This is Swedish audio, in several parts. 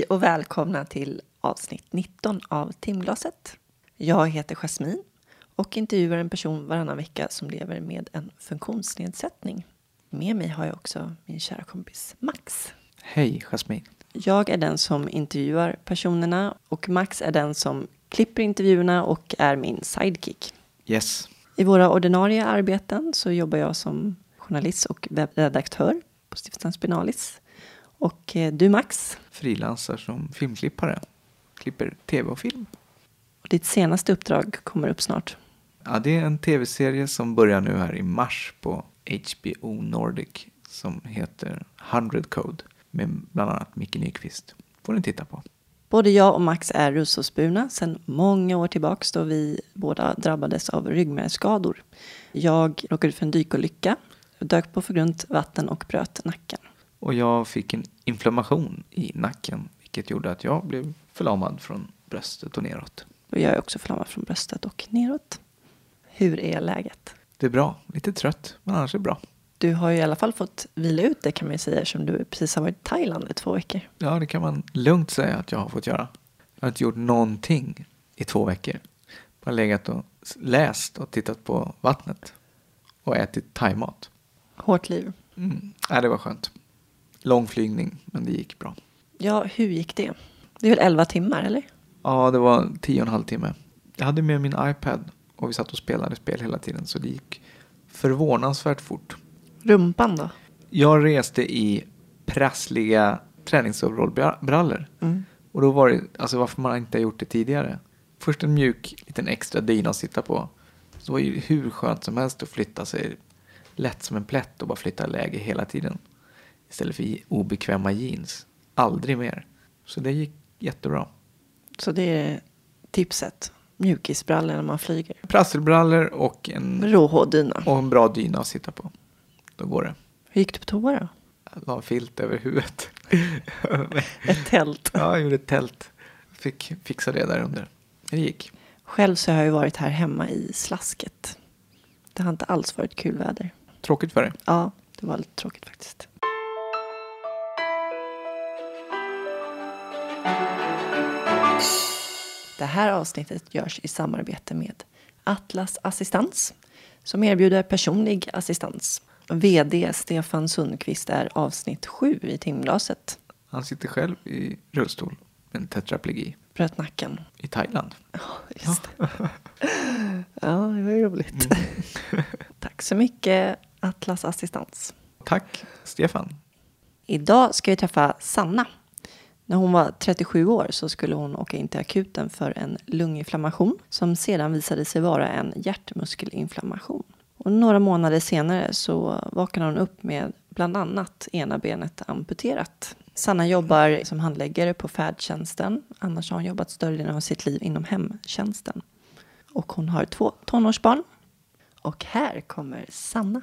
och välkomna till avsnitt 19 av Timglaset. Jag heter Jasmin och intervjuar en person varannan vecka som lever med en funktionsnedsättning. Med mig har jag också min kära kompis Max. Hej Jasmin. Jag är den som intervjuar personerna och Max är den som klipper intervjuerna och är min sidekick. Yes. I våra ordinarie arbeten så jobbar jag som journalist och webbredaktör på Stiftelsen Spinalis. Och du Max? Frilansar som filmklippare. Klipper tv och film. Och ditt senaste uppdrag kommer upp snart. Ja, det är en tv-serie som börjar nu här i mars på HBO Nordic. Som heter 100 Code. Med bland annat Micke Nyqvist. Får ni titta på. Både jag och Max är rullstolsburna sedan många år tillbaka då vi båda drabbades av ryggmärgsskador. Jag råkade ut för en dykolycka, dök på för grunt vatten och bröt nacken. Och jag fick en inflammation i nacken. Vilket gjorde att jag blev förlamad från bröstet och neråt. Och jag är också förlamad från bröstet och neråt. Hur är läget? Det är bra. Lite trött, men annars är det bra. Du har ju i alla fall fått vila ut det kan man ju säga som du precis har varit i Thailand i 2 veckor. Ja, det kan man lugnt säga att jag har fått göra. Jag har inte gjort någonting i 2 veckor. Bara legat och läst och tittat på vattnet. Och ätit thaimat. Hårt liv. Ja, det var skönt. Lång flygning, men det gick bra. Ja, hur gick det? Det är väl 11 timmar, eller? Ja, det var 10,5 timme. Jag hade med min iPad och vi satt och spelade spel hela tiden. Så det gick förvånansvärt fort. Rumpan då? Jag reste i prassliga träningsoverallbrallor. Och då var det, alltså varför man inte har gjort det tidigare. Först en mjuk liten extra dyna att sitta på. Så det var ju hur skönt som helst att flytta sig lätt som en plätt och bara flytta läge hela tiden. Istället för obekväma jeans. Aldrig mer. Så det gick jättebra. Så det är tipset. Mjukisbrallor när man flyger. Prasselbrallor och en Råhådyna. och en bra dyna att sitta på. Då går det. Hur gick du på toa då? Jag la en filt över huvudet. Ett tält. Ja, jag gjorde ett tält. Fick fixa det där under. Det gick. Själv så har jag ju varit här hemma i slasket. Det har inte alls varit kul väder. Tråkigt för dig. Ja, det var lite tråkigt faktiskt. Det här avsnittet görs i samarbete med Atlas Assistans som erbjuder personlig assistans. VD Stefan Sundqvist är avsnitt 7 i Timglaset. Han sitter själv i rullstol med en tetraplegi. Bröt nacken. I Thailand. Ja, just det. Ja, det var ju roligt. Tack så mycket Atlas Assistans. Tack Stefan. Idag ska vi träffa Sanna. När hon var 37 år så skulle hon åka in till akuten för en lunginflammation som sedan visade sig vara en hjärtmuskelinflammation. Och några månader senare så vaknade hon upp med bland annat ena benet amputerat. Sanna jobbar som handläggare på färdtjänsten. Annars har hon jobbat större delen av sitt liv inom hemtjänsten. Och hon har 2 tonårsbarn. Och här kommer Sanna.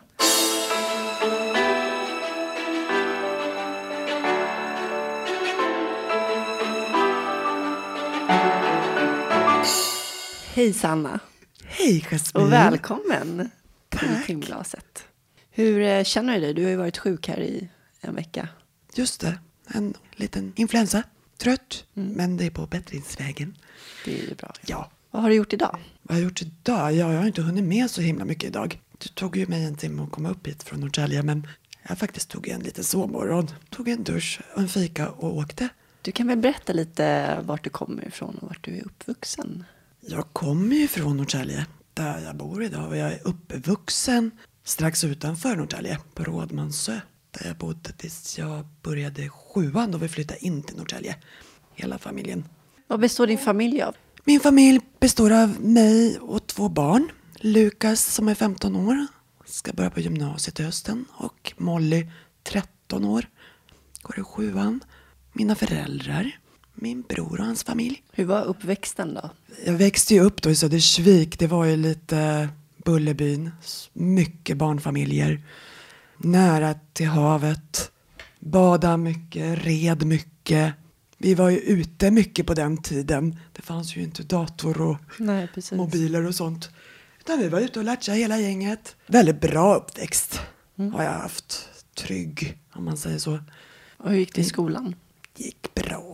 Hej Sanna. Hej Jasmin. Och välkommen till Timglaset. Hur känner du dig? Du har ju varit sjuk här i en vecka. Just det, en liten influensa. Trött, men det är på bättringsvägen. Det är ju bra. Ja. Vad har du gjort idag? Vad har jag gjort idag? Ja, jag har inte hunnit med så himla mycket idag. Det tog ju mig en timme att komma upp hit från Norrtälje, men jag faktiskt tog en liten sovmorgon. Tog en dusch och en fika och åkte. Du kan väl berätta lite vart du kommer ifrån och vart du är uppvuxen? Jag kommer ju från Norrtälje, där jag bor idag. Och jag är uppvuxen strax utanför Norrtälje, på Rådmansö. Där jag bodde tills jag började 7:an då vi flyttade in till Norrtälje. Hela familjen. Vad består din familj av? Min familj består av mig och 2 barn. Lukas som är 15 år. Ska börja på gymnasiet till hösten. Och Molly 13 år. Går i 7:an. Mina föräldrar. Min bror och hans familj. Hur var uppväxten då? Jag växte ju upp då i Södersvik. Det var ju lite Bullerbyn. Mycket barnfamiljer. Nära till havet. Bada mycket. Red mycket. Vi var ju ute mycket på den tiden. Det fanns ju inte dator och mobiler och sånt. Utan vi var ute och latcha hela gänget. Väldigt bra uppväxt har jag haft. Trygg, om man säger så. Och hur gick det i skolan? Gick bra.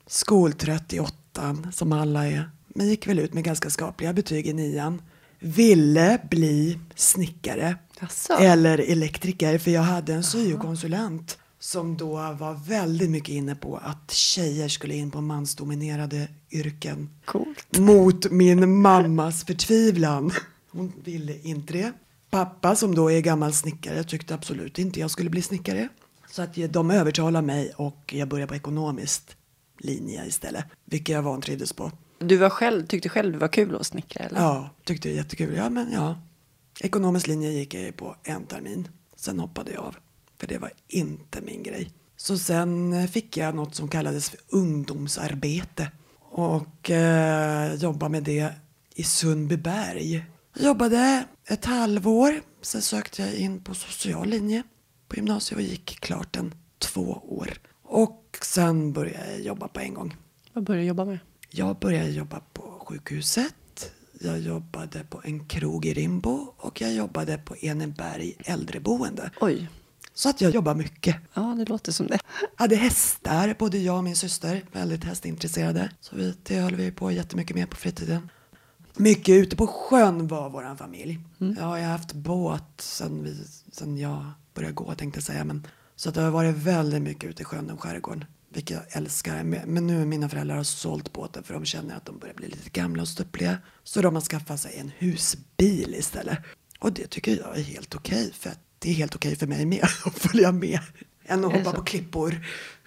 Skoltrött i 8:an, som alla är. Men gick väl ut med ganska skapliga betyg i 9:an. Ville bli snickare. Jaså? Eller elektriker, för jag hade en syokonsulent som då var väldigt mycket inne på att tjejer skulle in på mansdominerade yrken. Coolt. Mot min mammas förtvivlan. Hon ville inte det. Pappa, som då är gammal snickare, tyckte absolut inte jag skulle bli snickare. Så att de övertalade mig och jag började på ekonomiskt linje istället. Vilket jag vantrivdes på. Tyckte själv det var kul att snickra, eller? Ja, tyckte det var jättekul. Ja. Ekonomisk linje gick jag på en termin. Sen hoppade jag av. För det var inte min grej. Så sen fick jag något som kallades för ungdomsarbete. Och jobbade med det i Sundbyberg. Jag jobbade ett halvår. Sen sökte jag in på social linje på gymnasiet och gick klart 2 år. Och sen började jag jobba på en gång. Vad började du jobba med? Jag började jobba på sjukhuset. Jag jobbade på en krog i Rimbo. Och jag jobbade på Eneberg äldreboende. Oj. Så att jag jobbar mycket. Ja, det låter som det. Hade hästar, både jag och min syster. Väldigt hästintresserade. Så det höll vi på jättemycket med på fritiden. Mycket ute på sjön var våran familj. Jag har haft båt sen jag började gå, tänkte jag säga. Så att det har varit väldigt mycket ute i sjön och skärgården. Vilket jag älskar. Men nu mina föräldrar har sålt båten för de känner att de börjar bli lite gamla och stuppliga. Så de har skaffat sig en husbil istället. Och det tycker jag är helt okej. För att det är helt okej för mig med att följa med. Än att hoppa på klippor.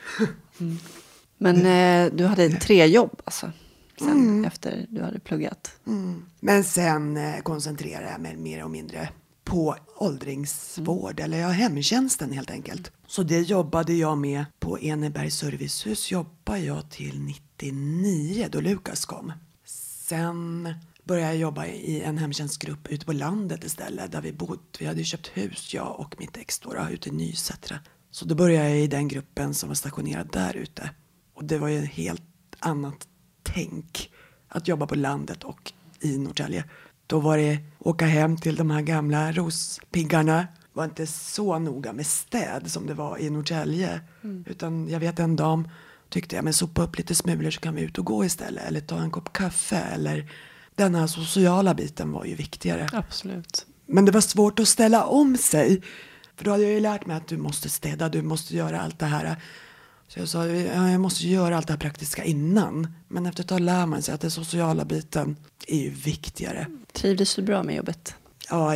Men du hade 3 jobb alltså? Sen efter du hade pluggat? Men sen koncentrerade jag mig mer och mindre på åldringsvård. Eller hemtjänsten helt enkelt. Så det jobbade jag med på Enebergs servicehus. Jobbade jag till 99 då Lukas kom. Sen började jag jobba i en hemtjänstgrupp ute på landet istället. Där vi bodde. Vi hade köpt hus, jag och mitt ex då, ute i Nysätra. Så då började jag i den gruppen som var stationerad där ute. Och det var ju en helt annat tänk att jobba på landet och i Norrtälje. Då var det åka hem till de här gamla rospiggarna. Det var inte så noga med städ som det var i Norrtälje. Utan jag vet en dam tyckte jag, men sopa upp lite smulor så kan vi ut och gå istället. Eller ta en kopp kaffe. Eller den här sociala biten var ju viktigare. Absolut. Men det var svårt att ställa om sig. För då hade jag ju lärt mig att du måste städa, du måste göra allt det här. Så jag sa, jag måste göra allt det här praktiska innan. Men efter ett tag lär man sig att den sociala biten är ju viktigare. Trivdes du bra med jobbet? Ja,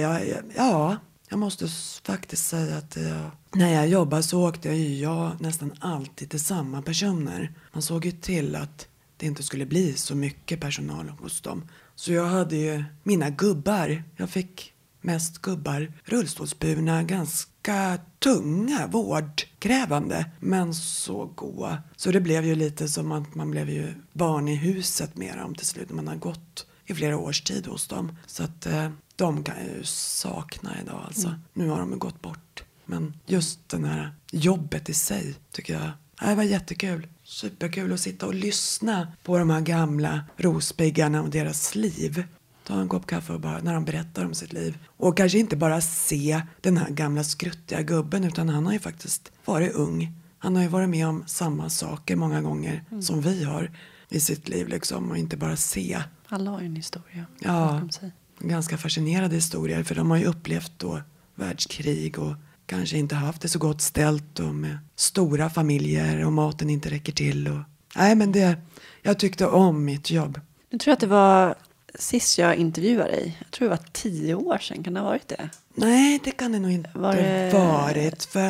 jag måste faktiskt säga att när jag jobbade så åkte jag nästan alltid till samma personer. Man såg ju till att det inte skulle bli så mycket personal hos dem. Så jag hade ju mina gubbar. Jag fick mest gubbar, rullstolsburna, ganska tunga, vårdkrävande, men så goa. Så det blev ju lite som att man blev ju barn i huset med dem till slut när man har gått i flera års tid hos dem. Så att de kan jag ju sakna idag alltså. Nu har de gått bort. Men just den här jobbet i sig tycker jag, det var jättekul. Superkul att sitta och lyssna på de här gamla rospiggarna och deras liv. Ta en kopp kaffe och bara när de berättar om sitt liv. Och kanske inte bara se den här gamla skruttiga gubben, utan han har ju faktiskt varit ung. Han har ju varit med om samma saker många gånger som vi har i sitt liv liksom. Och inte bara se. Alla har ju en historia. Ja, ganska fascinerande historier. För de har ju upplevt då världskrig och kanske inte haft det så gott ställt. Och med stora familjer och maten inte räcker till. Och nej, men jag tyckte om mitt jobb. Jag tror att det var sist jag intervjuade dig. Jag tror det var 10 år sedan. Kan det ha varit det? Nej, det kan det nog inte varit. För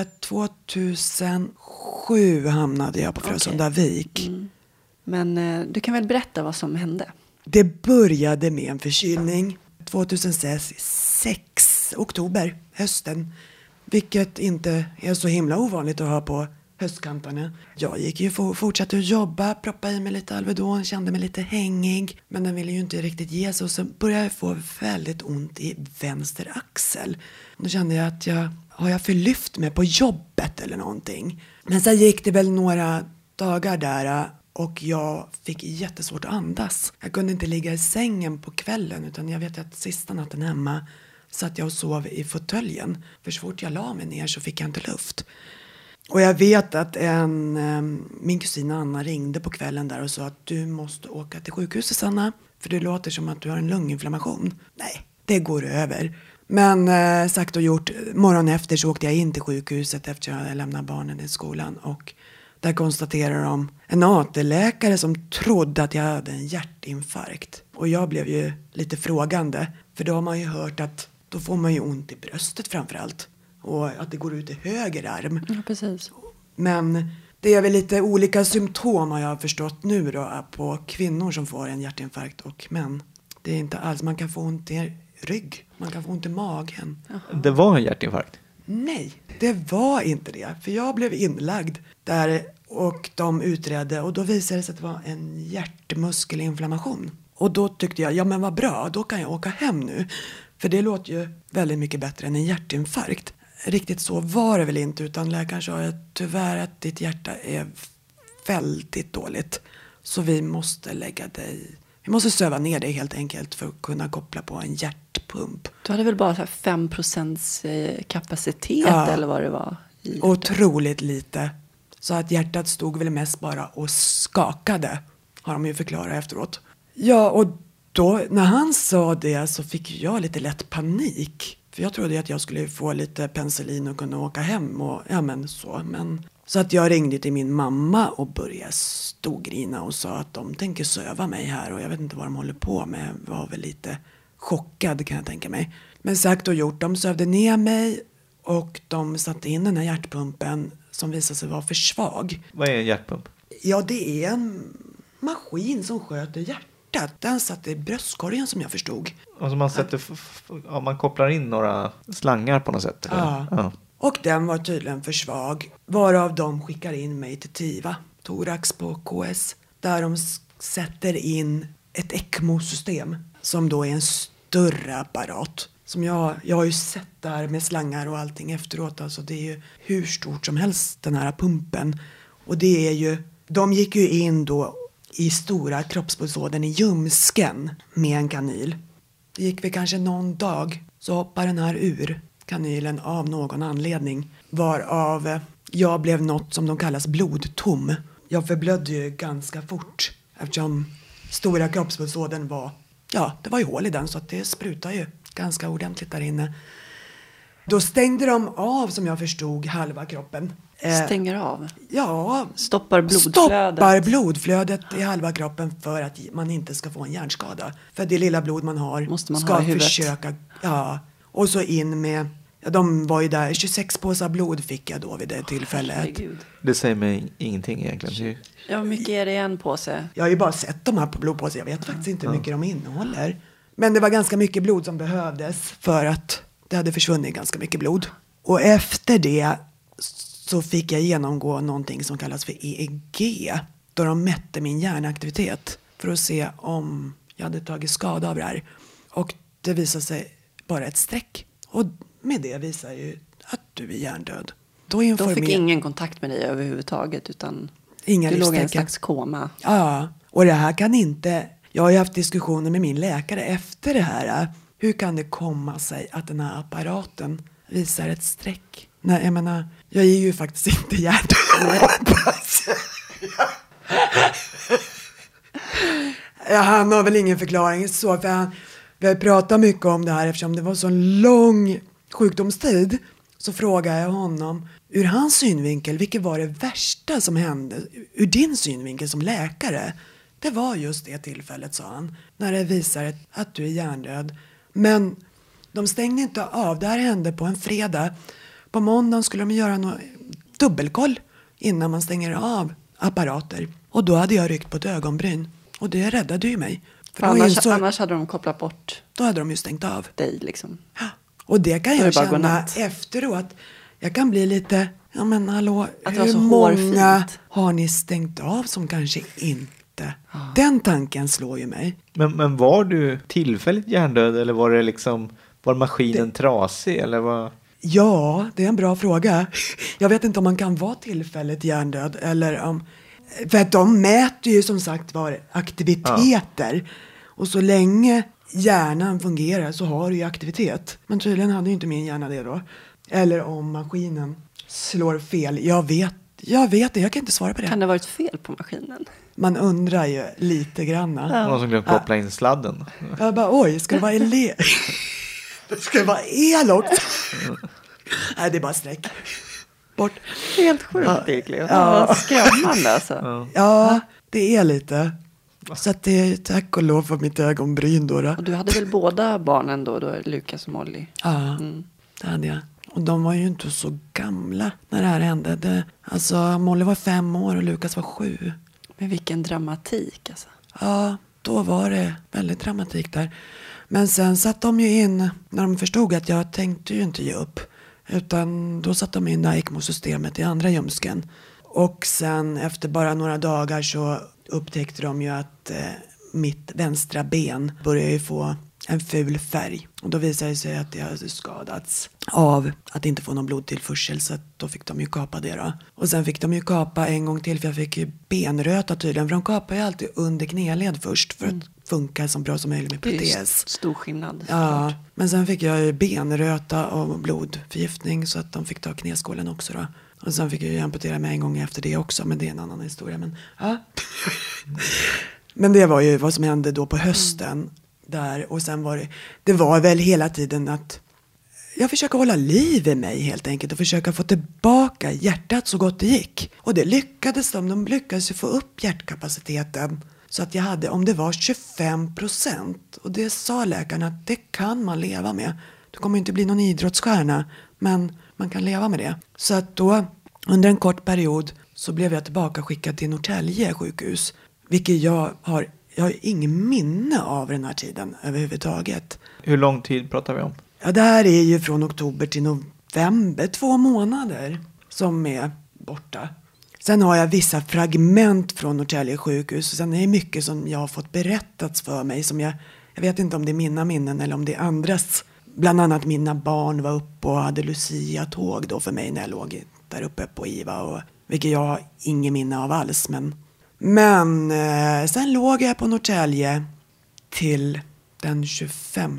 2007 hamnade jag på Frösundavik. Men du kan väl berätta vad som hände? Det började med en förkylning 2006, oktober, hösten. Vilket inte är så himla ovanligt att ha på höstkantarna. Jag gick ju fortsatte att jobba, proppa i mig lite Alvedon, kände mig lite hängig. Men den ville ju inte riktigt ge sig och så började jag få väldigt ont i vänster axel. Då kände jag att har jag förlyft mig på jobbet eller någonting. Men sen gick det väl några dagar där och jag fick jättesvårt att andas. Jag kunde inte ligga i sängen på kvällen utan jag vet att sista natten hemma satt jag och sov i fåtöljen. För så fort jag la mig ner så fick jag inte luft. Och jag vet att min kusin Anna ringde på kvällen där och sa att du måste åka till sjukhuset, Sanna. För det låter som att du har en lunginflammation. Nej, det går över. Men sagt och gjort, morgonen efter så åkte jag in till sjukhuset efter att jag hade lämnat barnen i skolan. Och där konstaterar de en AT-läkare som trodde att jag hade en hjärtinfarkt. Och jag blev ju lite frågande. För då har man ju hört att då får man ju ont i bröstet framförallt. Och att det går ut i höger arm. Ja, precis. Men det är väl lite olika symptom har jag förstått nu då på kvinnor som får en hjärtinfarkt och män. Det är inte alls, man kan få ont i rygg, man kan få ont i magen. Jaha. Det var en hjärtinfarkt? Nej, det var inte det. För jag blev inlagd där och de utredde och då visade det sig att det var en hjärtmuskelinflammation. Och då tyckte jag, ja men vad bra, då kan jag åka hem nu. För det låter ju väldigt mycket bättre än en hjärtinfarkt. Riktigt så var det väl inte, utan läkaren sa tyvärr att ditt hjärta är väldigt dåligt. Så vi måste vi måste söva ner dig helt enkelt för att kunna koppla på en hjärtpump. Du hade väl bara 5% kapacitet eller vad det var? Otroligt lite. Så att hjärtat stod väl mest bara och skakade, har de ju förklarat efteråt. Ja, och då när han sa det så fick jag lite lätt panik. För jag trodde att jag skulle få lite penicillin och kunna åka hem och så att jag ringde till min mamma och började storgrina och sa att de tänker söva mig här och jag vet inte vad de håller på med. Jag var väl lite chockad kan jag tänka mig. Men sagt och gjort, de sövde ner mig och de satte in den här hjärtpumpen som visade sig vara för svag. Vad är en hjärtpump? Ja, det är en maskin som sköter hjärtat. Den satt i bröstkorgen som jag förstod. Alltså man kopplar in några slangar på något sätt? Eller? Ja. Och den var tydligen för svag. Varav de skickar in mig till TIVA, thorax på KS. Där de sätter in ett ECMO-system. Som då är en större apparat. Som jag har ju sett där med slangar och allting efteråt. Alltså det är ju hur stort som helst den här pumpen. Och det är ju, de gick ju in då i stora kroppspulsådern i ljumsken med en kanyl. Det gick väl kanske någon dag så hoppar den här ur kanylen av någon anledning. Varav jag blev något som de kallas blodtom. Jag förblödde ju ganska fort eftersom stora kroppspulsådern det var ju hål i den så att det sprutade ju ganska ordentligt där inne. Då stängde de av som jag förstod halva kroppen. Stänger av? Ja. Stoppar blodflödet? Stoppar blodflödet i halva kroppen för att man inte ska få en hjärnskada. För det lilla blod man har måste man ska ha i huvudet. Försöka. Ja. Och så in med, de var ju där, 26 påsar blod fick jag då vid det tillfället. Herregud. Det säger mig ingenting egentligen. Ja, hur mycket är det en påse? Jag har ju bara sett de här på blodpåsar. Jag vet faktiskt inte hur mycket de innehåller. Men det var ganska mycket blod som behövdes för att det hade försvunnit ganska mycket blod. Och efter det så fick jag genomgå någonting som kallas för EEG. Då de mätte min hjärnaktivitet för att se om jag hade tagit skada av det här. Och det visade sig bara ett streck. Och med det visar ju att du är hjärndöd. Då fick ingen kontakt med dig överhuvudtaget utan inga du låg i en livstecken. slags koma. Ja, och det här kan inte... Jag har ju haft diskussioner med min läkare efter det här. Hur kan det komma sig att den här apparaten visar ett streck? Nej, jag menar, jag är ju faktiskt inte hjärndöd. Han har väl ingen förklaring så, för vi har pratat mycket om det här eftersom det var så lång sjukdomstid. Så frågade jag honom, ur hans synvinkel, vilket var det värsta som hände? Ur din synvinkel som läkare? Det var just det tillfället, sa han, när det visar att du är hjärndöd. Men de stängde inte av, det här hände på en fredag. På måndagen skulle de göra någon dubbelkoll innan man stänger av apparater. Och då hade jag ryckt på ett ögonbryn. Och det räddade ju mig. För annars hade de kopplat bort. Då hade de ju stängt av dig liksom. Ja. Och det kan jag känna godnatt. efteråt. Jag kan bli lite, ja men hallå, att hur många har ni stängt av som kanske inte? Den tanken slår ju mig. Men var du tillfälligt hjärndöd eller var det liksom, var maskinen trasig eller vad? Ja, det är en bra fråga. Jag vet inte om man kan vara tillfälligt hjärndöd eller om... För att de mäter ju som sagt var aktiviteter. Ja. Och så länge hjärnan fungerar så har du ju aktivitet. Men tydligen hade ju inte min hjärna det då. Eller om maskinen slår fel. Jag vet det. Jag kan inte svara på det. Kan det ha varit fel på maskinen? Man undrar ju lite granna. Någon som glömt koppla in sladden. Jag bara, oj, ska det vara ska det vara el också? Nej, det är bara streck. Bort. Helt sjukt egentligen. Ja. Skrämmande alltså. Ja, det är lite. Så att det är tack och lov för mitt ögonbryn då. Och du hade väl båda barnen då Lukas och Molly? Ja, det hade jag. Och de var ju inte så gamla när det här hände. Alltså, Molly var 5 år och Lukas var 7. Men vilken dramatik alltså. Ja, då var det väldigt dramatik där. Men sen satt de ju in, när de förstod att jag tänkte ju inte ge upp. Utan då satt de in det här ECMO-systemet i andra ljumsken. Och sen efter bara några dagar så upptäckte de ju att mitt vänstra ben började ju få en ful färg. Och då visade det sig att jag hade skadats av att inte få någon blodtillförsel. Så att då fick de ju kapa det då. Och sen fick de ju kapa en gång till för jag fick ju benröta tydligen. För de kapar ju alltid under knäled först för att funka så bra som möjligt med protes. Det är stor skillnad. Ja, men sen fick jag ju benröta och blodförgiftning så att de fick ta knäskålen också då. Och sen fick jag ju amputera mig en gång efter det också, men det är en annan historia. Men, ja. Men det var ju vad som hände då på hösten. Där, och sen var det var väl hela tiden att jag försöker hålla liv i mig helt enkelt och försöka få tillbaka hjärtat så gott det gick. Och det lyckades de lyckades ju få upp hjärtkapaciteten så att jag hade, om det var 25%, och det sa läkarna att det kan man leva med. Du kommer inte bli någon idrottsstjärna, men man kan leva med det. Så att då, under en kort period, så blev jag tillbaka skickad till Norrtälje sjukhus. Vilket jag har ingen minne av den här tiden överhuvudtaget. Hur lång tid pratar vi om? Ja, det här är ju från oktober till november, 2 månader som är borta. Sen har jag vissa fragment från Norrtälje sjukhus. Sen är det mycket som jag har fått berättats för mig. Som jag vet inte om det är mina minnen eller om det är andras. Bland annat mina barn var uppe och hade Lucia-tåg då för mig när jag låg där uppe på IVA. Och, vilket jag har ingen minne av alls. Men sen låg jag på Norrtälje till den 25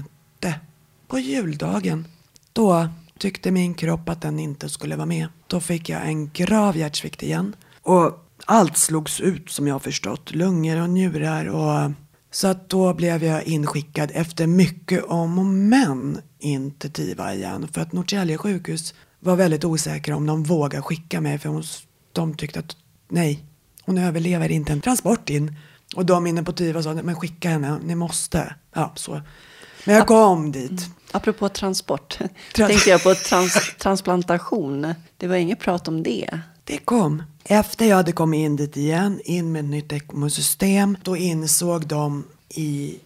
på juldagen. Då tyckte min kropp att den inte skulle vara med. Då fick jag en grav hjärtsvikt igen. Och allt slogs ut som jag har förstått. Lungor och njurar. Och så att då blev jag inskickad efter mycket om och men in till TIVA igen. För att Norrtälje sjukhus var väldigt osäkra om de vågar skicka mig. För de tyckte att nej, hon överlever inte en transport in. Och de inne på TIVA sa, men skicka henne, ni måste. Ja, så. Men jag kom dit. Apropå transport, tänkte jag på transplantation. Det var inget prat om det. Det kom. Efter jag hade kommit in dit igen, in med ett nytt ECMO-system, då insåg de i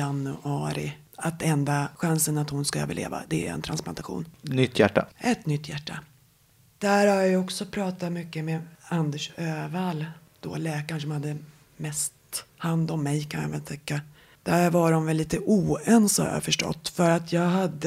januari att enda chansen att hon ska överleva, det är en transplantation. Nytt hjärta. Ett nytt hjärta. Där har jag också pratat mycket med Anders Övall, då läkaren som hade mest hand om mig, kan jag väl tycka. Där var de väl lite oense, har jag förstått. För att jag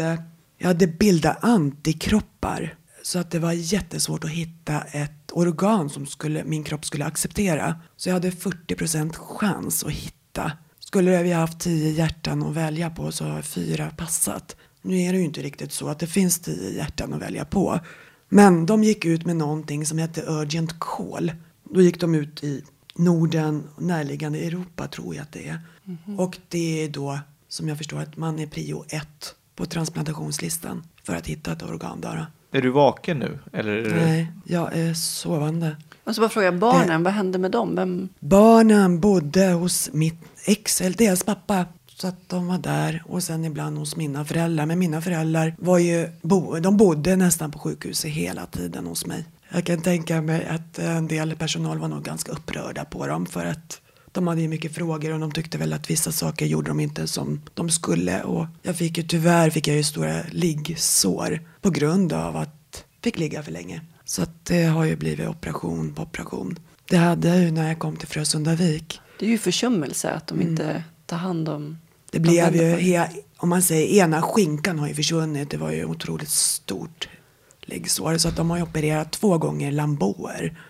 hade bildat antikroppar. Så att det var jättesvårt att hitta ett organ som min kropp skulle acceptera. Så jag hade 40% chans att hitta. Skulle vi ha haft 10 hjärtan att välja på så har 4 passat. Nu är det ju inte riktigt så att det finns 10 hjärtan att välja på. Men de gick ut med någonting som heter Urgent Call. Då gick de ut i Norden och närliggande Europa, tror jag att det är. Mm-hmm. Och det är då, som jag förstår, att man är prio 1 på transplantationslistan för att hitta ett organ där. Är du vaken nu? Eller Nej, jag är sovande. Och så bara fråga barnen, vad hände med dem? Barnen bodde hos mitt ex, eller deras pappa. Så att de var där, och sen ibland hos mina föräldrar. Men mina föräldrar var ju, de bodde nästan på sjukhuset hela tiden hos mig. Jag kan tänka mig att en del personal var nog ganska upprörda på dem. För att de hade ju mycket frågor och de tyckte väl att vissa saker gjorde de inte som de skulle. Och tyvärr fick jag ju stora liggsår på grund av att jag fick ligga för länge. Så att det har ju blivit operation på operation. Det hade jag ju när jag kom till Frösundavik. Det är ju försummelse att de inte tar hand om... Det blev ju, om man säger, ena skinkan har ju försvunnit. Det var ju otroligt stort liggsår. Så att de har ju opererat 2 gånger lamboer.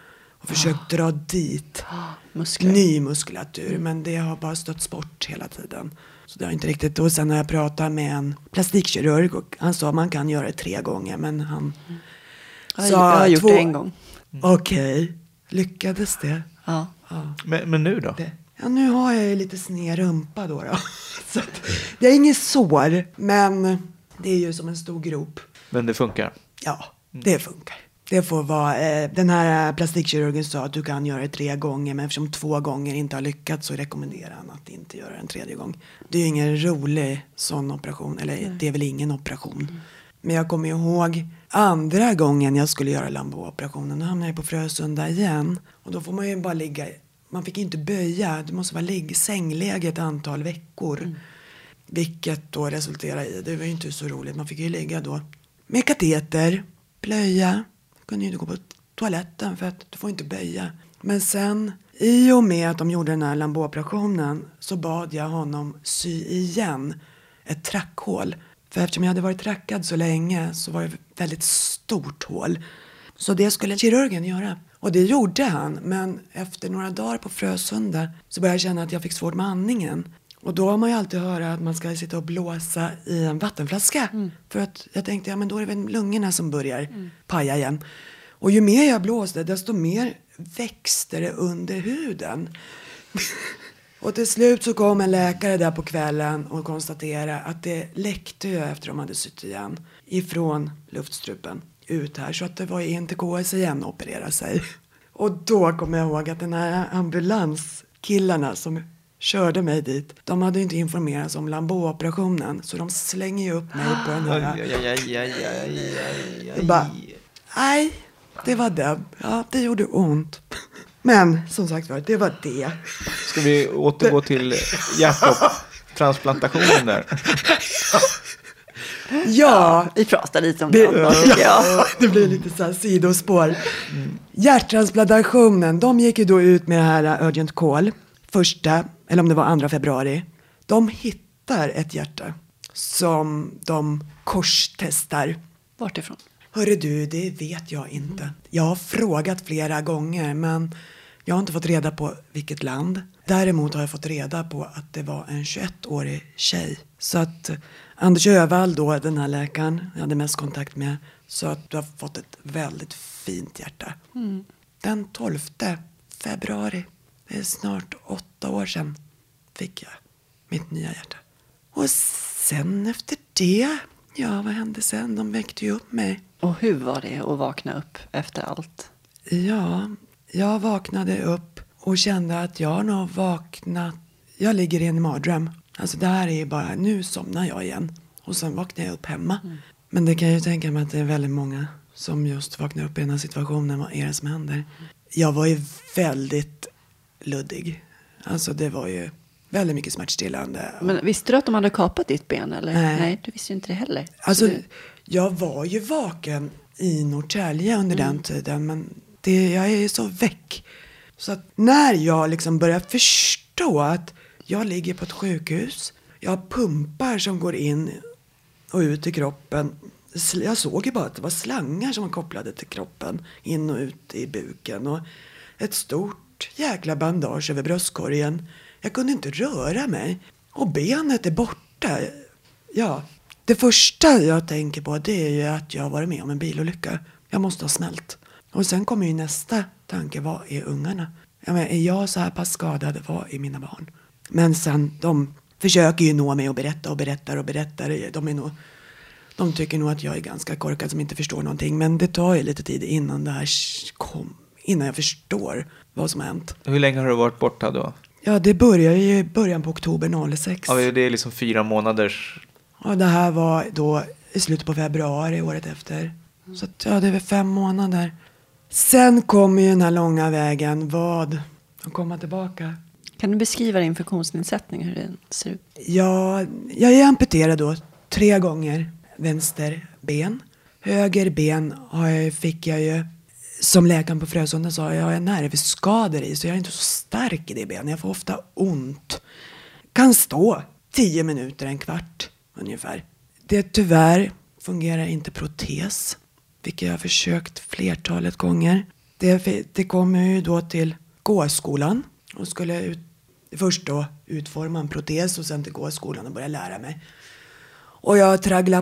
och försökt dra dit Muskler. ny muskulatur. Men det har bara stötts bort hela tiden. Så det har inte riktigt. Och sen när jag pratade med en plastikkirurg och han sa att man kan göra det 3 gånger. Men han sa Jag har gjort 2. det en gång. Okej. Lyckades det? Ja. Men nu då? Ja, nu har jag ju lite sned rumpa då. Så att, det är inget sår, men det är ju som en stor grop. Men det funkar? Ja, det funkar. Det får vara, den här plastikkirurgen sa att du kan göra det 3 gånger, men eftersom 2 gånger inte har lyckats så rekommenderar han att inte göra en 3:e gång. Det är ju ingen rolig sån operation, eller det är väl ingen operation. Men jag kommer ihåg andra gången jag skulle göra Lambo-operationen, då hamnade jag på Frösunda igen. Och då får man ju bara ligga, man fick inte böja, du måste vara sängläge ett antal veckor. Vilket då resulterar i, det var ju inte så roligt, man fick ju ligga då med kateter, blöja. Jag kunde ju inte gå på toaletten för att du får inte böja. Men sen, i och med att de gjorde den här Lambo-operationen så bad jag honom sy igen ett trackhål. För eftersom jag hade varit trackad så länge så var det ett väldigt stort hål. Så det skulle kirurgen göra. Och det gjorde han. Men efter några dagar på Frösunda så började jag känna att jag fick svårt med andningen. Och då har man ju alltid hört att man ska sitta och blåsa i en vattenflaska. För att jag tänkte, ja men då är det väl lungorna som börjar paja igen. Och ju mer jag blåste, desto mer växte det under huden. Och till slut så kom en läkare där på kvällen och konstaterade att det läckte ju efter de hade sytt igen ifrån luftstrupen ut här. Så att det var inte KS igen att operera sig. Och då kommer jag ihåg att den här ambulanskillarna som körde mig dit, de hade ju inte informerats om Lambo-operationen. Så de slänger ju upp mig på den här. Nej, det var det. Ja, det gjorde ont. Men som sagt var, det var det. Ska vi återgå till hjärttransplantationen där? Ja, Vi pratar lite om det, det. det blir lite så här sidospår. Hjärttransplantationen, de gick ju då ut med det här Urgent Call. Första, eller om det var 2 februari. De hittar ett hjärta som de korstestar. Vart ifrån? Hörru du, det vet jag inte. Jag har frågat flera gånger, men jag har inte fått reda på vilket land. Däremot har jag fått reda på att det var en 21-årig tjej. Så att Anders Övall då, den här läkaren jag hade mest kontakt med, sa att du har fått ett väldigt fint hjärta. Den 12 februari, det är snart 8 år sedan, fick jag mitt nya hjärta. Och sen efter det, ja vad hände sen? De väckte ju upp mig. Och hur var det att vakna upp efter allt? Ja, jag vaknade upp och kände att jag har nog vaknat. Jag ligger i en mardröm. Alltså det här är ju bara, nu somnar jag igen. Och sen vaknar jag upp hemma. Men det kan jag ju tänka mig att det är väldigt många som just vaknar upp i den här situationen. Vad är det som händer? Jag var ju väldigt luddig. Alltså det var ju väldigt mycket smärtstillande. Men visste du att de hade kapat ditt ben? Eller? Nej. Du visste ju inte det heller. Alltså jag var ju vaken i Norrtälje under den tiden. Men jag är ju så väck. Så att när jag liksom börjar förstå att jag ligger på ett sjukhus. Jag har pumpar som går in och ut i kroppen. Jag såg ju bara att det var slangar som var kopplade till kroppen. In och ut i buken. Och ett stort jäkla bandage över bröstkorgen. Jag kunde inte röra mig. Och benet är borta. Ja, det första jag tänker på det är ju att jag har varit med om en bilolycka. Jag måste ha smält. Och sen kommer ju nästa tanke, vad är ungarna? Jag menar, är jag så här pass skadad, vad är mina barn? Men sen, de försöker ju nå mig och berättar. De tycker nog att jag är ganska korkad som inte förstår någonting. Men det tar ju lite tid innan det här innan jag förstår vad som har hänt. Hur länge har du varit borta då? Ja, det börjar ju i början på oktober 06. Ja, det är liksom 4 månaders... Och det här var då i slutet på februari året efter. Så att, ja, det är väl 5 månader. Sen kommer ju den här långa vägen. Att komma tillbaka. Kan du beskriva din funktionsnedsättning, hur den ser ut? Ja, jag är amputerad då 3 gånger. Vänster ben. Höger ben fick jag ju, som läkaren på Frösunda sa, jag har nervskador i. Så jag är inte så stark i det benet. Jag får ofta ont. Kan stå 10 minuter, en kvart ungefär. Det tyvärr fungerar inte protes. Vilket jag har försökt flertalet gånger. Det kom ju då till gåskolan och skulle först då utforma en protes och sen till gåskolan och börja lära mig. Och jag tragglade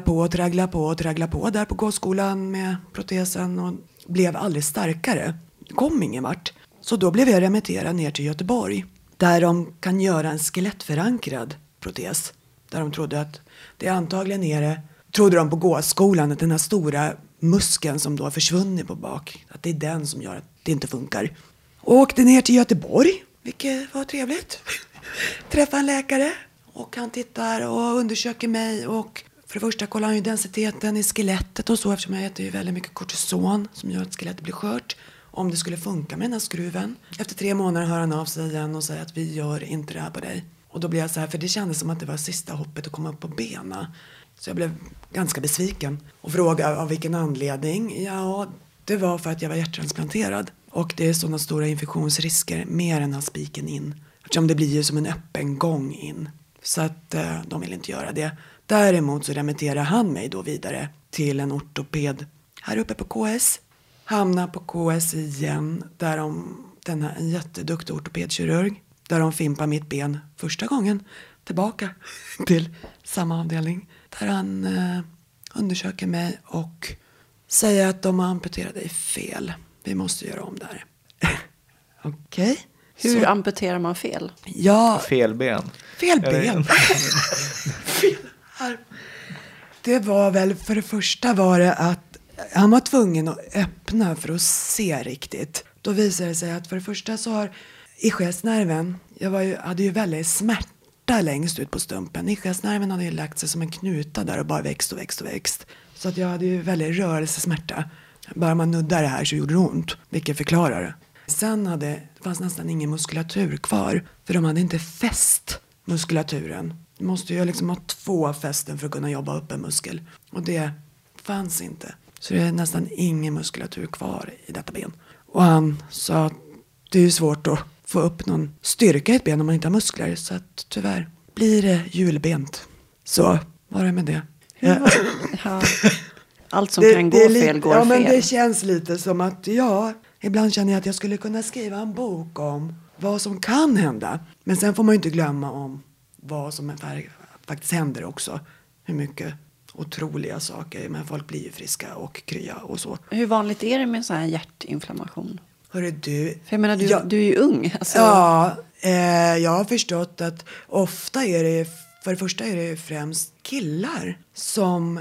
på där på gåskolan med protesen och blev aldrig starkare. Kom ingen vart. Så då blev jag remitterad ner till Göteborg. Där de kan göra en skelettförankrad protes. Där de trodde att det är antagligen nere, trodde de på gåskolan, att den här stora muskeln som då har försvunnit på bak, att det är den som gör att det inte funkar. Och åkte ner till Göteborg, vilket var trevligt. Träffade en läkare och han tittar och undersöker mig och för det första kollar han ju densiteten i skelettet och så, eftersom jag äter ju väldigt mycket kortison som gör att skelettet blir skört. Om det skulle funka med den här skruven. Efter 3 månader hör han av sig igen och säger att vi gör inte det här på dig. Och då blev jag så här, för det kändes som att det var sista hoppet att komma upp på benen. Så jag blev ganska besviken och frågade av vilken anledning. Ja, det var för att jag var hjärttransplanterad. Och det är sådana stora infektionsrisker mer än att ha spiken in. Eftersom det blir ju som en öppen gång in. Så att de vill inte göra det. Däremot så remitterar han mig då vidare till en ortoped här uppe på KS. Hamnar på KS igen där en jätteduktig ortopedkirurg. Där de fimpar mitt ben första gången tillbaka till samma avdelning. Där han undersöker mig och säger att de har amputerat dig fel. Vi måste göra om det här. Okej. Hur amputerar man fel? Ja, Fel ben. fel ben. Fel arm. Det var väl, för det första var det att han var tvungen att öppna för att se riktigt. Då visade det sig att för det första så har ischiasnerven, hade ju väldigt smärta längst ut på stumpen. Ischiasnerven hade ju lagt sig som en knuta där och bara växt. Så att jag hade ju väldigt rörelsesmärta. Bara man nuddar det här så gjorde det ont, vilket förklarar det. Sen det fanns nästan ingen muskulatur kvar, för de hade inte fäst muskulaturen. Du måste ju liksom ha 2 fästen för att kunna jobba upp en muskel. Och det fanns inte. Så det är nästan ingen muskulatur kvar i detta ben. Och han sa att det är ju svårt att få upp någon styrka i ett ben om man inte har muskler. Så att tyvärr blir det hjulbent. Så var det med det. Ja. Allt som kan gå fel går fel. Ja, men det känns lite som att ibland känner jag att jag skulle kunna skriva en bok om vad som kan hända. Men sen får man ju inte glömma om vad som faktiskt händer också. Hur mycket otroliga saker. Men folk blir ju friska och krya och så. Hur vanligt är det med så här hjärtinflammation? Hörru du. För jag menar, du är ju ung. Alltså. Ja, jag har förstått att ofta är det, för det första är det främst killar som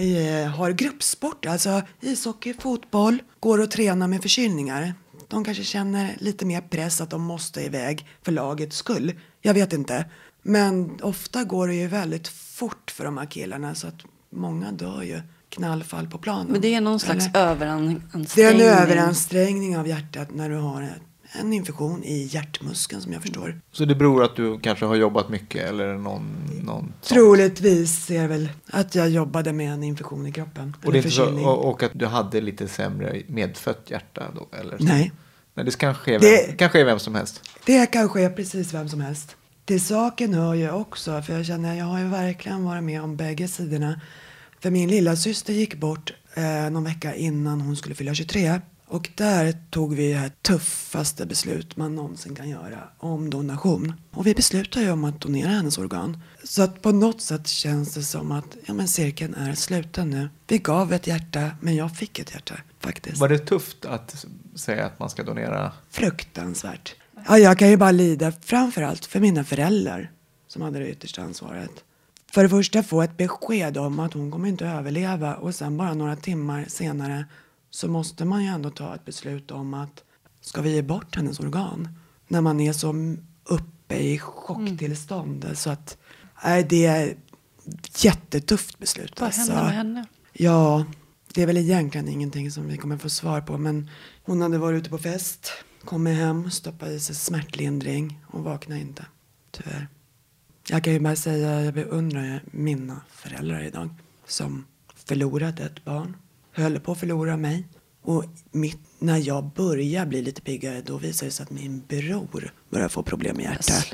har gruppsport. Alltså ishockey, fotboll, går och tränar med förkylningar. De kanske känner lite mer press att de måste iväg för lagets skull. Jag vet inte. Men ofta går det ju väldigt fort för de här killarna så att många dör ju knallfall på planen. Men det är någon slags överansträngning. Det är en överansträngning av hjärtat när du har en infektion i hjärtmuskeln som jag förstår. Så det beror att du kanske har jobbat mycket eller någon Troligtvis är det väl att jag jobbade med en infektion i kroppen. Och, det är inte så, och att du hade lite sämre medfött hjärta då? Eller så. Nej. Nej, det kan ske vem som helst. Det kan ske precis vem som helst. Till saken hör jag också, för jag har ju verkligen varit med om bägge sidorna. För min lilla syster gick bort någon vecka innan hon skulle fylla 23. Och där tog vi det tuffaste beslut man någonsin kan göra om donation. Och vi beslutade ju om att donera hennes organ. Så att på något sätt känns det som att cirkeln är sluten nu. Vi gav ett hjärta, men jag fick ett hjärta faktiskt. Var det tufft att säga att man ska donera? Fruktansvärt. Ja, jag kan ju bara lida framförallt för mina föräldrar som hade det yttersta ansvaret. För det första få ett besked om att hon kommer inte överleva och sen bara några timmar senare så måste man ju ändå ta ett beslut om att ska vi ge bort hennes organ? När man är så uppe i chocktillstånd. Så att det är ett jättetufft beslut. Vad hände med henne? Ja, det är väl egentligen ingenting som vi kommer få svar på. Men hon hade varit ute på fest, kommit hem, stoppat i sig smärtlindring och vaknade inte. Tyvärr. Jag kan ju bara säga att jag beundrar mina föräldrar idag som förlorat ett barn. Höll på att förlora mig. Och när jag börjar bli lite piggare då visar det sig att min bror börjar få problem med hjärtat.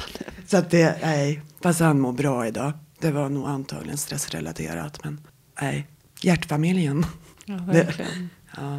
Så att fast han mår bra idag. Det var nog antagligen stressrelaterat. Men hjärtfamiljen. Ja, verkligen. Ja.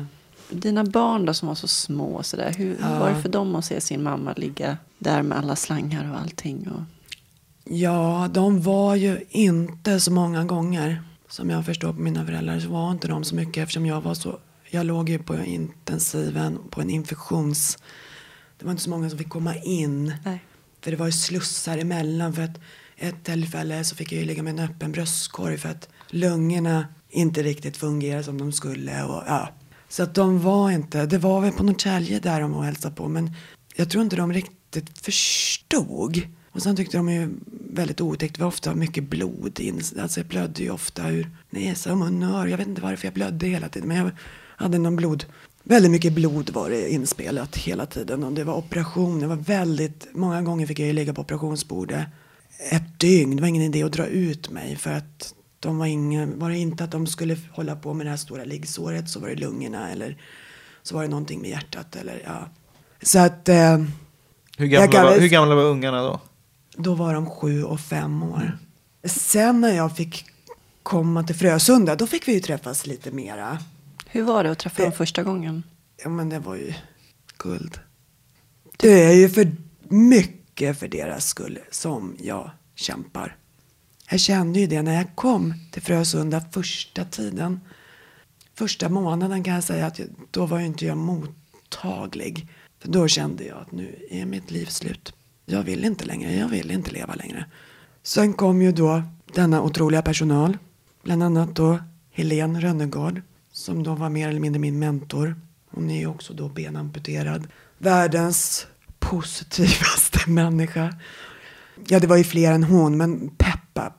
Dina barn då som var så små så där, hur var det för dem att se sin mamma ligga där med alla slangar och allting? Och... Ja, de var ju inte så många gånger. Som jag förstår på mina föräldrar så var inte de så mycket eftersom jag låg ju på intensiven på en infektions... Det var inte så många som fick komma in. Nej. För det var ju slussar emellan. För att ett tillfälle så fick jag ju ligga med en öppen bröstkorg för att lungorna inte riktigt fungerade som de skulle. Och, ja. Så att de var inte... Det var väl på Norrtälje där de var och hälsade på. Men jag tror inte de riktigt förstod. Och sen tyckte de ju väldigt otäckt. Det var ofta mycket blod. Alltså jag blödde ju ofta ur näsa och mun och öron. Jag vet inte varför jag blödde hela tiden. Men jag hade någon blod. Väldigt mycket blod var det inspelat hera tiden. Och det var operation. Det var väldigt... Många gånger fick jag ju ligga på operationsbordet. Ett dygn. Det var ingen idé att dra ut mig. För att var det inte att de skulle hålla på med det här stora liggsåret. Så var det lungorna. Eller så var det någonting med hjärtat. Eller ja. Så att... Hur gamla var ungarna då? Då var de 7 och 5 år. Sen när jag fick komma till Frösunda, då fick vi ju träffas lite mera. Hur var det att träffa dem första gången? Ja, men det var ju guld. Det är ju för mycket för deras skull som jag kämpar. Jag kände ju det när jag kom till Frösunda första tiden. Första månaden kan jag säga att då var ju inte jag mottaglig. För då kände jag att nu är mitt liv slut. Jag vill inte längre, jag vill inte leva längre. Sen kom ju då denna otroliga personal. Bland annat då Helene Rönnegård. Som då var mer eller mindre min mentor. Hon är ju också då benamputerad. Världens positivaste människa. Ja, det var ju fler än hon. Men peppa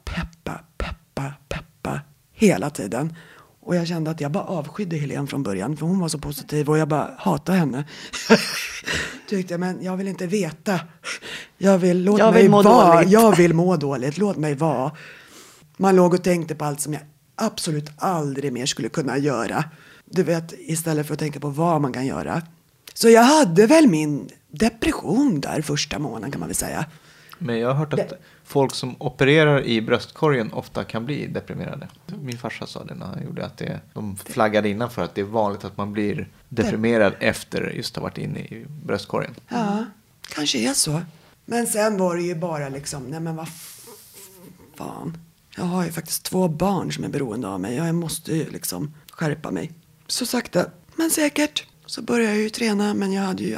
hela tiden. Och jag kände att jag bara avskydde Helene från början. För hon var så positiv och jag bara hatade henne. Tyckte jag, men jag vill inte veta. Jag vill må dåligt. Jag vill må dåligt. Låt mig vara. Man låg och tänkte på allt som jag absolut aldrig mer skulle kunna göra. Du vet, istället för att tänka på vad man kan göra. Så jag hade väl min depression där första månaden kan man väl säga. Men jag har hört att folk som opererar i bröstkorgen ofta kan bli deprimerade. Min farsa sa det när han gjorde att de flaggade innan för att det är vanligt att man blir deprimerad efter just att ha varit inne i bröstkorgen. Ja, kanske är så. Men sen var det ju bara liksom, nej men vad fan. Jag har ju faktiskt 2 barn som är beroende av mig. Jag måste ju liksom skärpa mig. Så sakta, men säkert. Så började jag ju träna, men jag hade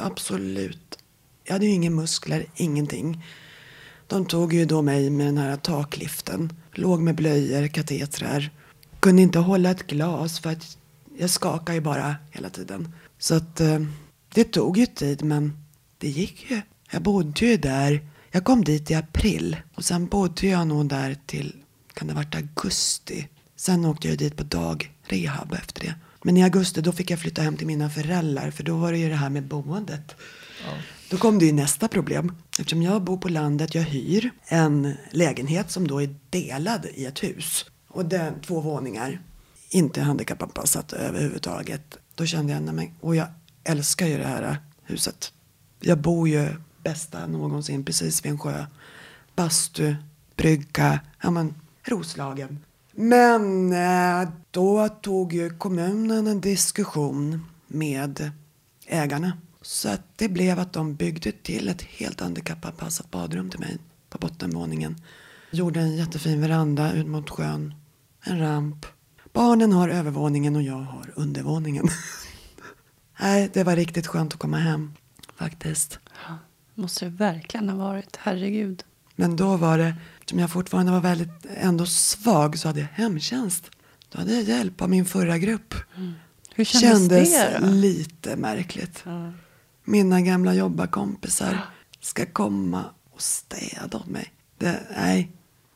ju ingen muskler, ingenting. De tog ju då mig med den här takliften. Låg med blöjor, katetrar. Kunde inte hålla ett glas för att jag skakade ju bara hela tiden. Så att det tog ju tid, men det gick ju. Jag bodde ju där. Jag kom dit i april. Och sen bodde jag nog där till, kan det ha varit augusti. Sen åkte jag dit på dagrehab efter det. Men i augusti då fick jag flytta hem till mina föräldrar. För då var det ju det här med boendet. Ja. Då kom det ju nästa problem. Eftersom jag bor på landet, jag hyr en lägenhet som då är delad i ett hus. Och den 2 våningar. Inte handikappanpassat överhuvudtaget. Då kände jag, och jag älskar ju det här huset. Jag bor ju bästa någonsin precis vid en sjö. Bastu, brygga, Roslagen. Men då tog ju kommunen en diskussion med ägarna. Så att det blev att de byggde till ett helt handikappanpassat badrum till mig på bottenvåningen. Gjorde en jättefin veranda ut mot sjön. En ramp. Barnen har övervåningen och jag har undervåningen. Nej, det var riktigt skönt att komma hem faktiskt. Ja, måste det verkligen ha varit, herregud. Men då var det, som jag fortfarande var väldigt ändå svag, så hade jag hemtjänst. Då hade jag hjälp av min förra grupp. Mm. Hur kändes det då? Lite märkligt. Ja. Mina gamla jobbarkompisar ska komma och städa åt mig. Nej.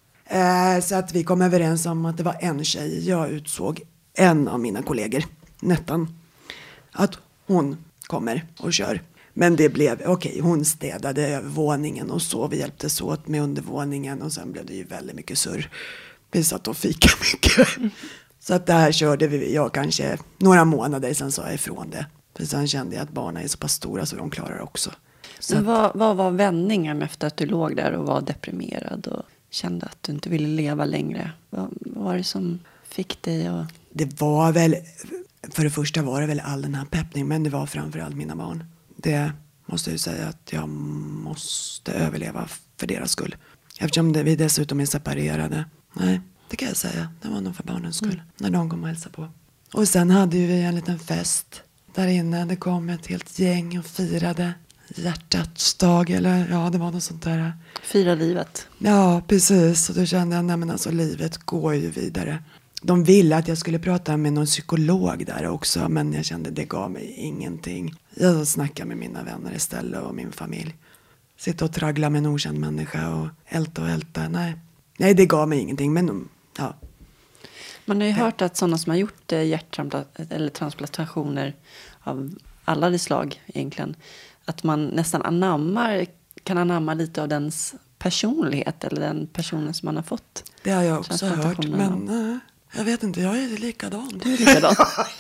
Så att vi kom överens om att det var en tjej. Jag utsåg en av mina kollegor, Nettan, att hon kommer och kör. Men det blev, hon städade övervåningen och så. Vi hjälptes åt med undervåningen och sen blev det ju väldigt mycket surr. Vi satt och fika mycket. Så att det här körde jag kanske några månader, sen sa jag ifrån det. För sen kände jag att barnen är så pass stora så de klarar också. Så vad var vändningen efter att du låg där och var deprimerad och kände att du inte ville leva längre? Vad var det som fick dig att... Det var väl För det första var det väl all den här peppningen, men det var framförallt mina barn. Det måste jag ju säga att jag måste överleva för deras skull. Eftersom vi dessutom är separerade. Nej, det kan jag säga. Det var nog för barnens skull. När de kom och hälsade på. Och sen hade ju vi en liten fest där inne. Det kom ett helt gäng och firade hjärtats dag. Eller ja, det var något sånt där. Fira livet. Ja, precis. Och då kände jag, nej men alltså livet går ju vidare. De ville att jag skulle prata med någon psykolog där också. Men jag kände det gav mig ingenting. Jag snackade med mina vänner istället och min familj. Sitta och traggla med en okänd människa och älta. Nej, det gav mig ingenting. Men ja. Man har ju hört att sådana som har gjort transplantationer av alla de slag egentligen. Att man nästan kan anamma lite av dens personlighet eller den personen som man har fått. Det har jag också hört, men jag vet inte, jag är likadan. Du är likadan.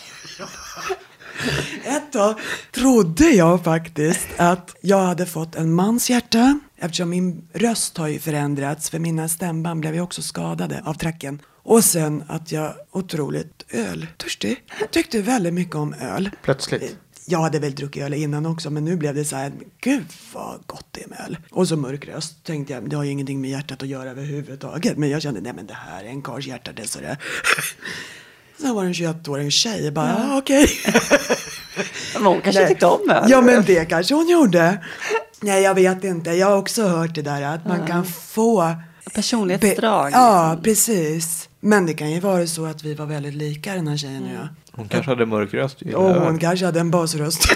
Ett tag trodde jag faktiskt att jag hade fått en mans hjärta. Eftersom min röst har ju förändrats, för mina stämband blev ju också skadade av tracken. Och sen att jag otroligt öltörstig. Jag tyckte väldigt mycket om öl. Plötsligt. Jag hade väl druckit öl innan också, men nu blev det så här, gud vad gott det är med öl. Och så mörk röst, tänkte jag, det har ju ingenting med hjärtat att göra överhuvudtaget. Men jag kände, nej men det här är en karls hjärta, det är så det. Sen var det en 21-årig tjej, bara, okej. Men hon kanske tyckte om öl. Ja, men det kanske hon gjorde. Nej, jag vet inte, jag har också hört det där att man kan få personlighetsdrag. Ja, precis. Men det kan ju vara så att vi var väldigt lika, den här tjejen och jag. Hon kanske hade mörk röst. Hon kanske hade en basröst.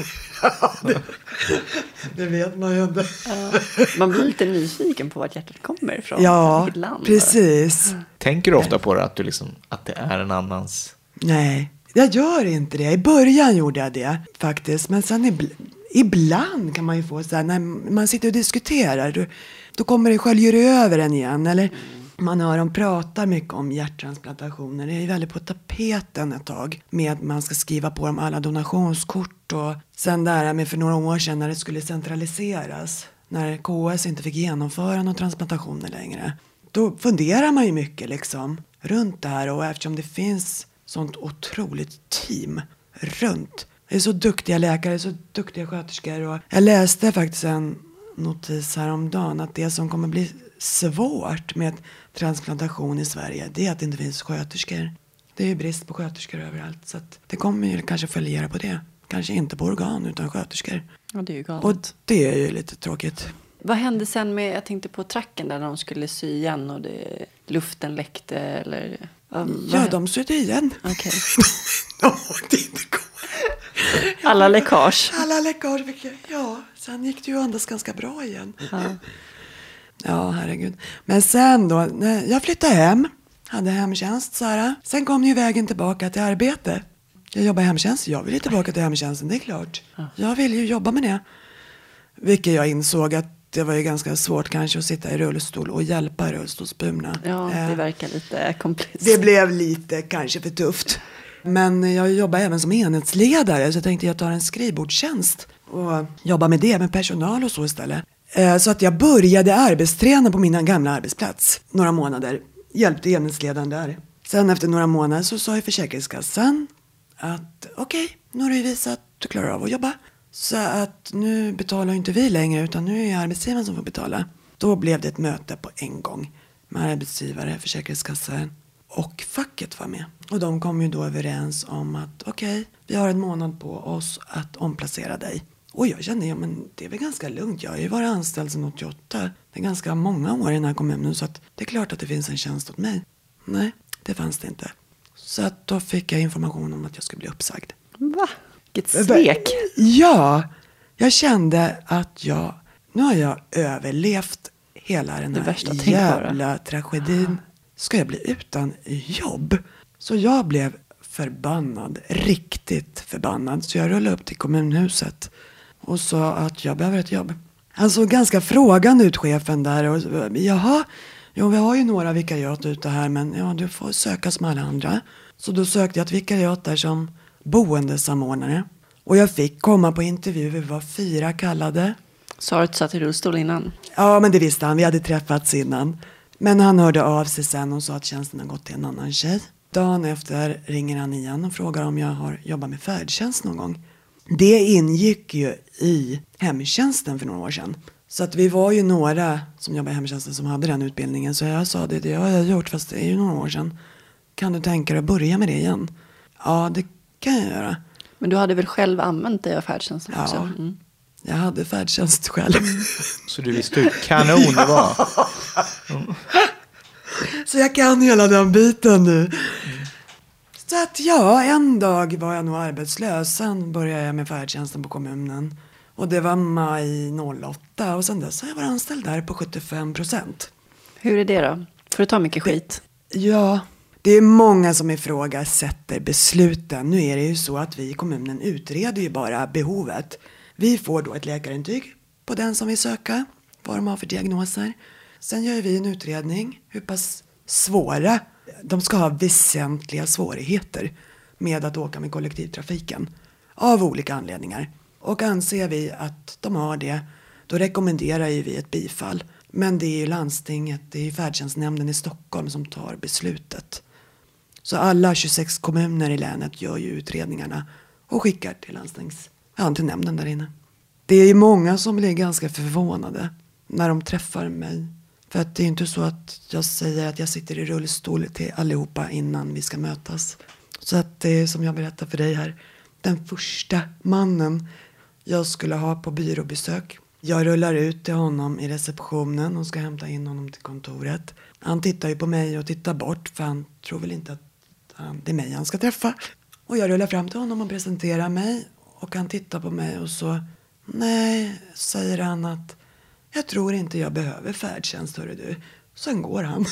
det vet man ju inte. Man blir lite nyfiken på vart hjärtat kommer ifrån. Ja, precis. Tänker du ofta på det, att det är en annans? Nej, jag gör inte det. I början gjorde jag det faktiskt. Men sen ibland kan man ju få så här, när man sitter och diskuterar, då kommer det sköljer över en igen. Eller man hör dem prata mycket om hjärttransplantationer. Det är väldigt på tapeten ett tag. Med man ska skriva på dem alla donationskort. Och sen där med för några år sedan när det skulle centraliseras. När KS inte fick genomföra några transplantationer längre. Då funderar man ju mycket liksom runt det här. Och eftersom det finns sånt otroligt team runt. Det är så duktiga läkare, så duktiga sköterskor. Och jag läste faktiskt en notis häromdagen att det som kommer bli svårt med transplantation i Sverige, det är att det inte finns sköterskor. Det är ju brist på sköterskor överallt. Så att det kommer ju kanske följa på det. Kanske inte på organ utan sköterskor. Ja, det är ju galet. Och det är ju lite tråkigt. Vad hände sen med, jag tänkte på tracken där de skulle sy igen och luften läckte eller... Ja, de sydde igen. Okej. De åkte inte gå. Alla läckage. Alla läckage, ja. Sen gick det ju andas ganska bra igen. Ja, herregud. Men sen då, när jag flyttade hem, hade hemtjänst så här. Sen kom ju vägen tillbaka till arbete. Jag jobbar i hemtjänst, jag vill ju tillbaka till hemtjänsten, det är klart. Jag vill ju jobba med det. Vilket jag insåg att det var ju ganska svårt kanske att sitta i rullstol och hjälpa rullstolsburna. Ja, det verkar lite komplext. Det blev lite kanske för tufft. Men jag jobbar även som enhetsledare så jag tänkte jag tar en skrivbordstjänst och jobbar med det, med personal och så istället. Så att jag började arbetsträna på min gamla arbetsplats några månader. Hjälpte enhetsledaren där. Sen efter några månader så sa ju Försäkringskassan att okej, nu har du visat att du klarar av att jobba. Så att nu betalar inte vi längre utan nu är det arbetsgivaren som får betala. Då blev det ett möte på en gång med arbetsgivare, Försäkringskassan och facket var med. Och de kom ju då överens om att okej, vi har en månad på oss att omplacera dig. Och jag kände, ja men det är väl ganska lugnt. Jag har ju varit anställd sedan 88. Det är ganska många år i den här kommunen så att det är klart att det finns en tjänst åt mig. Nej, det fanns det inte. Så att då fick jag information om att jag skulle bli uppsagd. Va? Vilket svek. Ja, jag kände att nu har jag överlevt hela den här jävla tragedin. Ska jag bli utan jobb? Så jag blev förbannad, riktigt förbannad. Så jag rullade upp till kommunhuset och sa att jag behöver ett jobb. Han såg ganska frågande ut, chefen där. Och, jaha, jo, vi har ju några vikariat ute här men ja, du får söka som alla andra. Så då sökte jag ett vikariat där som boendesamordnare. Och jag fick komma på intervju, vi var 4 kallade. Sa du att du satt i rullstol innan? Ja, men det visste han, vi hade träffats innan. Men han hörde av sig sen och sa att tjänsten har gått till en annan tjej. Dagen efter ringer han igen och frågar om jag har jobbat med färdtjänst någon gång. Det ingick ju i hemtjänsten för några år sedan. Så att vi var ju några som jobbade i hemtjänsten som hade den utbildningen. Så jag sa det har jag gjort fast det är ju några år sedan. Kan du tänka dig att börja med det igen? Ja, det kan jag göra. Men du hade väl själv använt dig av färdtjänsten också? Ja, jag hade färdtjänst själv. Så du visste hur kanon det var? Så jag kan hela den biten nu. Så att en dag var jag nog arbetslös. Sen började jag med färdtjänsten på kommunen. Och det var maj 2008. Och sen dess har jag varit anställd där på 75%. Hur är det då? Får du ta mycket skit? Ja, det är många som ifrågasätter besluten. Nu är det ju så att vi i kommunen utreder ju bara behovet. Vi får då ett läkarintyg på den som vill söka. Vad de har för diagnoser. Sen gör vi en utredning. Hur pass svåra. De ska ha väsentliga svårigheter med att åka med kollektivtrafiken. Av olika anledningar. Och anser vi att de har det, då rekommenderar ju vi ett bifall. Men det är ju landstinget, det är ju färdtjänstnämnden i Stockholm som tar beslutet. Så alla 26 kommuner i länet gör ju utredningarna och skickar till nämnden där inne. Det är ju många som blir ganska förvånade när de träffar mig. För att det är inte så att jag säger att jag sitter i rullstol till allihopa innan vi ska mötas. Så att det är som jag berättar för dig här. Den första mannen jag skulle ha på byråbesök. Jag rullar ut till honom i receptionen och ska hämta in honom till kontoret. Han tittar ju på mig och tittar bort för han tror väl inte att det är mig han ska träffa. Och jag rullar fram till honom och presenterar mig. Och han tittar på mig och så, nej, säger han att jag tror inte jag behöver färdtjänst, hörru du. Sen går han.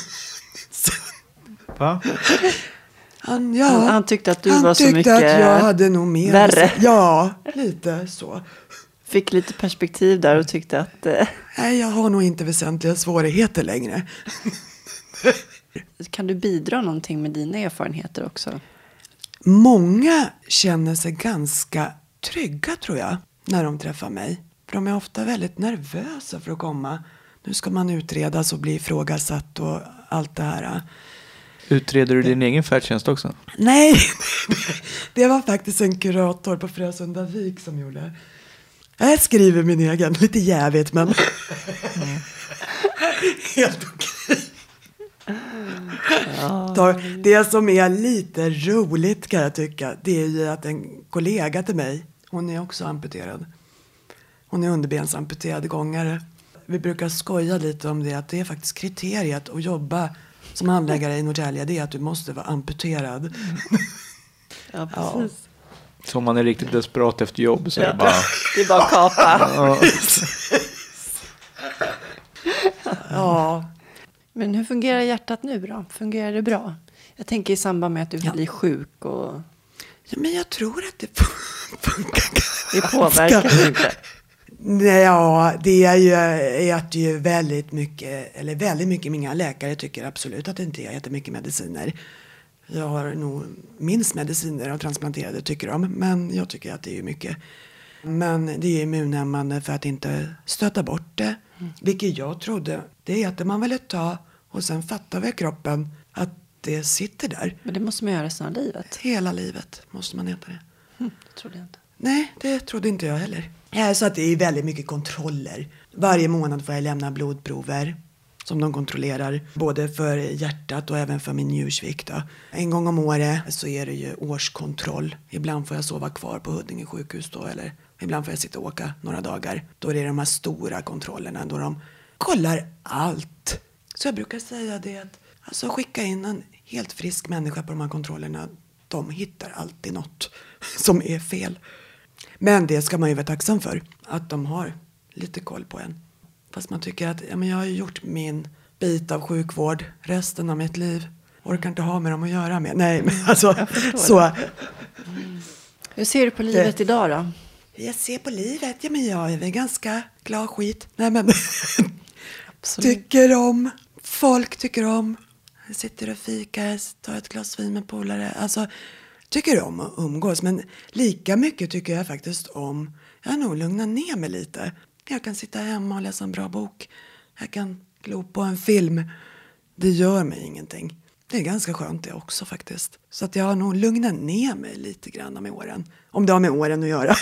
Va? Han tyckte att du var så mycket att jag hade nog mer värre. Ja, lite så. Fick lite perspektiv där och tyckte att... Nej, jag har nog inte väsentliga svårigheter längre. Kan du bidra någonting med dina erfarenheter också? Många känner sig ganska trygga, tror jag, när de träffar mig. För de är ofta väldigt nervösa för att komma. Nu ska man utredas och bli ifrågasatt och allt det här. Utreder du din egen färdtjänst också? Nej, det var faktiskt en kurator på Frösundavik som gjorde. Jag skriver min egen, lite jävigt men helt okej. Det som är lite roligt kan jag tycka, det är ju att en kollega till mig, hon är också amputerad. Hon är underbensamputerad gångare. Vi brukar skoja lite om det, att det är faktiskt kriteriet att jobba som handläggare i Norrtälje, det är att du måste vara amputerad. Ja, precis. Så om man är riktigt desperat efter jobb så är det bara... Det är bara att kapa. Ja. Men hur fungerar hjärtat nu då? Fungerar det bra? Jag tänker i samband med att du blir sjuk och... Ja, men jag tror att det funkar. Det påverkar inte. Nej, ja, det är ju att ju väldigt mycket mina läkare tycker absolut att det inte är jättemycket mediciner. Jag har nog minst mediciner av transplanterade tycker de, men jag tycker att det är mycket. Men det är immunhämmande för att inte stöta bort det. Vilket jag trodde, det äter man väl ett tag och sen fattar väl kroppen att det sitter där. Men det måste man göra resten av livet. Hela livet måste man äta det. Det trodde jag inte. Nej, det trodde inte jag heller. Så att det är väldigt mycket kontroller. Varje månad får jag lämna blodprover som de kontrollerar. Både för hjärtat och även för min njursvikt. Då. En gång om året så är det ju årskontroll. Ibland får jag sova kvar på Huddinge sjukhus då. Eller ibland får jag sitta och åka några dagar. Då är det de här stora kontrollerna då de kollar allt. Så jag brukar säga det att alltså skicka in en helt frisk människa på de här kontrollerna. De hittar alltid något som är fel. Men det ska man ju vara tacksam för. Att de har lite koll på en. Fast man tycker att ja, men jag har gjort min bit av sjukvård resten av mitt liv. Orkar inte ha med dem att göra med. Nej, men alltså så. Hur ser du på livet idag då? Jag ser på livet? Ja, men jag är väl ganska glad skit. Nej, men tycker om. Folk tycker om. Jag sitter och fikar, tar ett glas vin med polare. Alltså, tycker om att umgås. Men lika mycket tycker jag faktiskt om. Jag har nog lugnat ner mig lite. Jag kan sitta hemma och läsa en bra bok. Jag kan glo på en film. Det gör mig ingenting. Det är ganska skönt det också faktiskt. Så att jag har nog lugnat ner mig lite grann med åren. Om det har med åren att göra.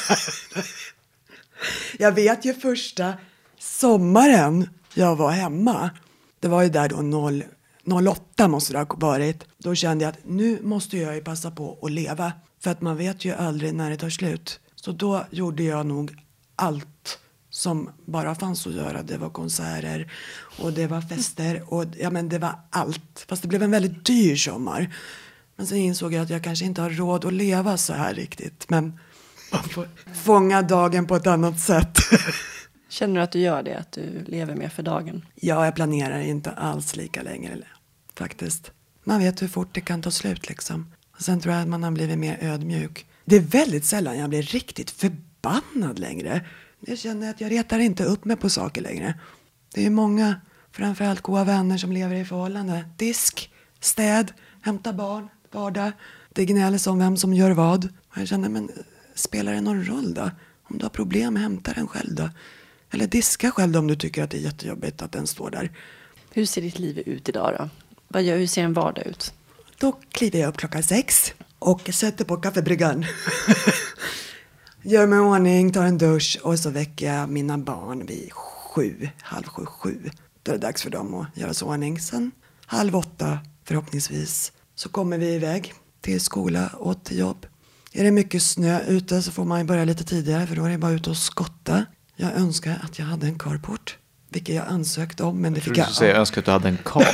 Jag vet ju första sommaren jag var hemma. Det var ju där då 08 måste det ha varit. Då kände jag att nu måste jag ju passa på att leva. För att man vet ju aldrig när det tar slut. Så då gjorde jag nog allt som bara fanns att göra. Det var konserter och det var fester och ja, men det var allt. Fast det blev en väldigt dyr sommar. Men sen insåg jag att jag kanske inte har råd att leva så här riktigt. Men man får fånga dagen på ett annat sätt. Känner du att du gör det? Att du lever mer för dagen? Ja, jag planerar inte alls lika länge faktiskt. Man vet hur fort det kan ta slut liksom. Och sen tror jag att man har blivit mer ödmjuk. Det är väldigt sällan jag blir riktigt förbannad längre. Jag känner att jag retar inte upp mig på saker längre. Det är många, framförallt goda vänner som lever i förhållande. Disk, städ, hämta barn, vardag. Det gnälls om vem som gör vad. Och jag känner, men spelar det någon roll då? Om du har problem, hämta den själv då. Eller diska själv om du tycker att det är jättejobbigt att den står där. Hur ser ditt liv ut idag då? Hur ser en vardag ut? Då kliver jag upp 6:00 och sätter på kaffebryggan. Gör mig i ordning, tar en dusch och så väcker jag mina barn vid 7:30. Då är det dags för dem att göra sig i ordning. Sen 7:30 förhoppningsvis så kommer vi iväg till skola och till jobb. Är det mycket snö ute så får man börja lite tidigare för då är det bara ute och skotta. Jag önskar att jag hade en carport, vilket jag ansökt om, men det fick jag. Du säger önskar att du hade en kar.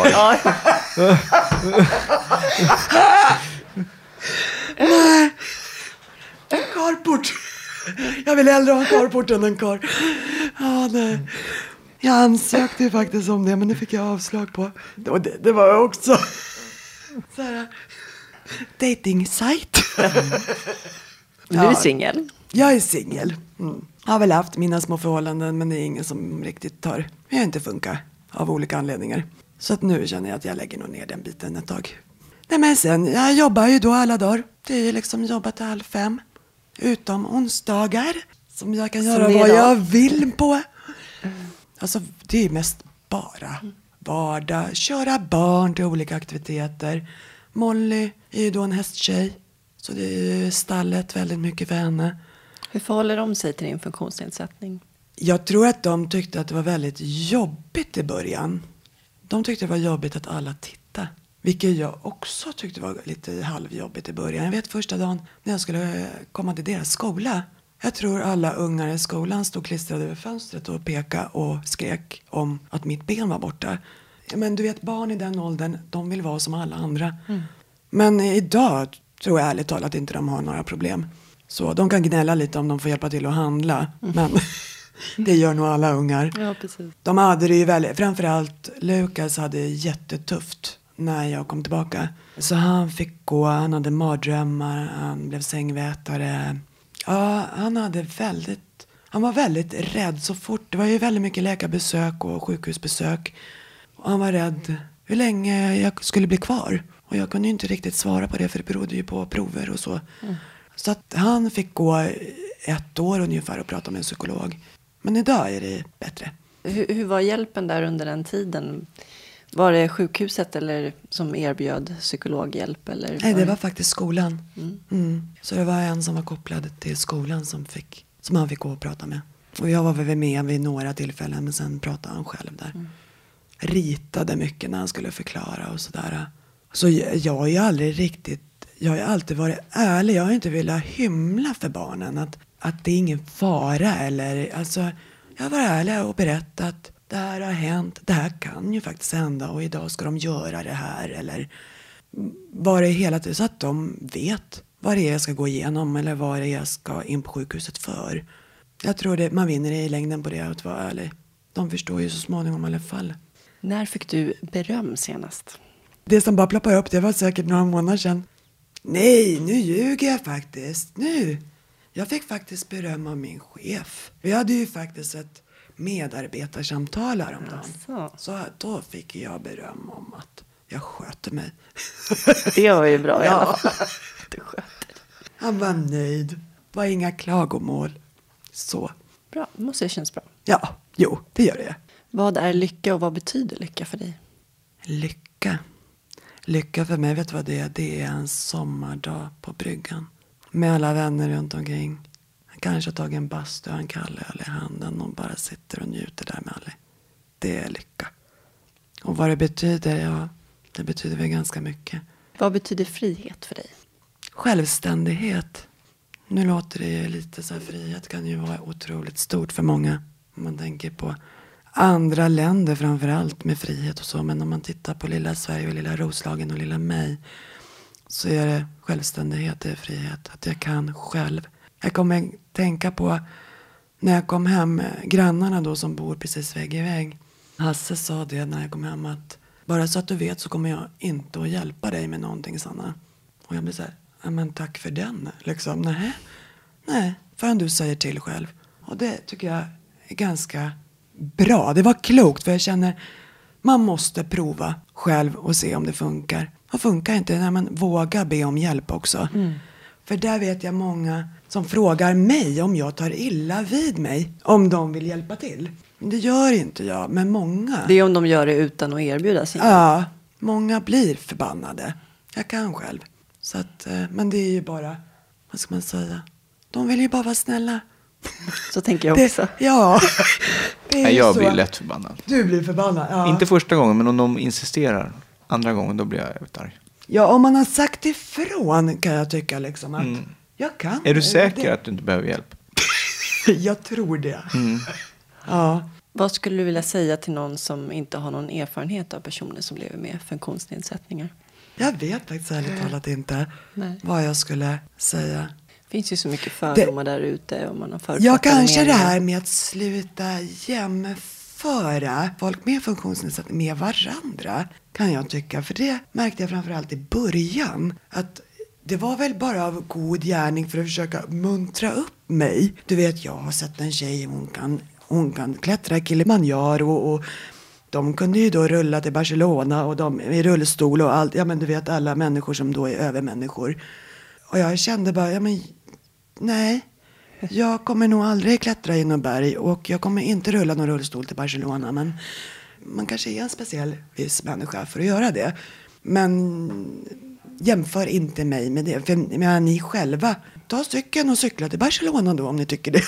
Nej, en carport. Jag vill hellre ha en carport än en kar. Ja, nej. Jag ansökte ju faktiskt om det, men det fick jag avslag på. Det var också så här dating-sajt. Du är singel? Jag är singel. Jag har väl haft mina små förhållanden, men det är ingen som riktigt tar. Jag inte funkar av olika anledningar. Så att nu känner jag att jag lägger nog ner den biten ett tag. Nej, men sen, jag jobbar ju då alla dagar. Det är ju liksom jobbat till 5:30. Utom onsdagar. Som jag kan göra vad jag vill på. Alltså det är ju mest bara vardag. Köra barn till olika aktiviteter. Molly är ju då en hästtjej. Så det är ju stallet väldigt mycket för henne. Hur förhåller de sig till din funktionsnedsättning? Jag tror att de tyckte att det var väldigt jobbigt i början. De tyckte det var jobbigt att alla tittade. Vilket jag också tyckte var lite halvjobbigt i början. Jag vet första dagen när jag skulle komma till deras skola. Jag tror alla ungar i skolan stod klistrade över fönstret och pekade och skrek om att mitt ben var borta. Men du vet, barn i den åldern, de vill vara som alla andra. Men idag tror jag ärligt talat inte de har några problem. Så de kan gnälla lite om de får hjälpa till att handla. Men det gör nog alla ungar. Ja, precis. De hade det ju väldigt, framförallt Lukas hade det jättetufft när jag kom tillbaka. Så han fick gå, han hade mardrömmar, han blev sängvätare. Ja, han var väldigt rädd så fort. Det var ju väldigt mycket läkarbesök och sjukhusbesök. Och han var rädd hur länge jag skulle bli kvar. Och jag kunde ju inte riktigt svara på det för det berodde ju på prover och så. Så att han fick gå 1 år ungefär och prata med en psykolog. Men idag är det bättre. Hur var hjälpen där under den tiden? Var det sjukhuset eller som erbjöd psykologhjälp? Eller Nej, det var faktiskt skolan. Så det var en som var kopplad till skolan som han fick gå och prata med. Och jag var väl med vid några tillfällen, men sen pratade han själv där. Ritade mycket när han skulle förklara och sådär. Så jag har ju jag har alltid varit ärlig. Jag har inte velat hymla för barnen att det är ingen fara. Alltså, jag var ärlig och berättat att det här har hänt. Det här kan ju faktiskt hända och idag ska de göra det här. Eller vad det är hela tiden så att de vet vad det är jag ska gå igenom eller vad det är jag ska in på sjukhuset för. Jag tror man vinner i längden på det att vara ärlig. De förstår ju så småningom i alla fall. När fick du beröm senast? Det som bara ploppade upp, det var säkert några månader sedan. Nej, nu ljuger jag faktiskt. Jag fick faktiskt beröm av min chef. Vi hade ju faktiskt ett medarbetarsamtal häromdagen. Så då fick jag beröm om att jag sköter mig. Det var ju bra i alla fall. Du sköter. Han var nöjd. Det var inga klagomål. Så. Bra, det måste kännas bra. Ja, jo, det gör det. Vad är lycka och vad betyder lycka för dig? Lycka. Lycka för mig, vet du vad det är? Det är en sommardag på bryggan. Med alla vänner runt omkring. Jag kanske har tagit en bastu och en kall öl i handen och bara sitter och njuter där med alla. Det är lycka. Och vad det betyder, ja, det betyder väl ganska mycket. Vad betyder frihet för dig? Självständighet. Nu låter det ju lite så här, frihet kan ju vara otroligt stort för många. Om man tänker på andra länder framför allt med frihet och så. Men om man tittar på lilla Sverige och lilla Roslagen och lilla mig. Så är det självständighet, det är frihet. Att jag kan själv. Jag kommer tänka på när jag kom hem, grannarna då som bor precis vägg i vägg. Hasse sa det när jag kom hem att bara så att du vet så kommer jag inte att hjälpa dig med någonting, Sanna. Och jag blir så här, ja, men tack för den. Liksom, nej, förrän du säger till själv. Och det tycker jag är ganska bra. Det var klokt, för jag känner man måste prova själv och se om det funkar. Och funkar inte, nej, men våga be om hjälp också. För där vet jag många som frågar mig om jag tar illa vid mig. Om de vill hjälpa till. Det gör inte jag, men många. Det är om de gör det utan att erbjuda sig. Ja, många blir förbannade. Jag kan själv. Så att, men det är ju bara, vad ska man säga? De vill ju bara vara snälla. Så tänker jag också. Ja. Det är Nej, ju jag så. blir lätt förbannad. Du blir förbannad, ja. Inte första gången, men om de insisterar. Andra gången, då blir jag jävligt arg. Ja, om man har sagt ifrån kan jag tycka liksom att jag kan. Är du säker att du inte behöver hjälp? Jag tror det. Ja. Vad skulle du vilja säga till någon som inte har någon erfarenhet av personer som lever med funktionsnedsättningar? Jag vet faktiskt ärligt talat inte vad jag skulle säga. Det finns ju så mycket fördomar där ute. Och man har ja, kanske det här med att sluta jämföra folk med funktionsnedsättning med varandra kan jag tycka. För det märkte jag framförallt i början. Att det var väl bara av god gärning för att försöka muntra upp mig. Du vet, jag har sett en tjej, hon kan klättra Kilimanjaro och de kunde ju då rulla till Barcelona och de i rullstol och allt. Ja, men du vet, alla människor som då är övermänniskor. Och jag kände bara, ja men nej, jag kommer nog aldrig klättra i någon berg och jag kommer inte rulla någon rullstol till Barcelona. Men man kanske är en speciell viss människa för att göra det. Men jämför inte mig med det. För menar, ni själva, ta cykeln och cykla till Barcelona då om ni tycker det.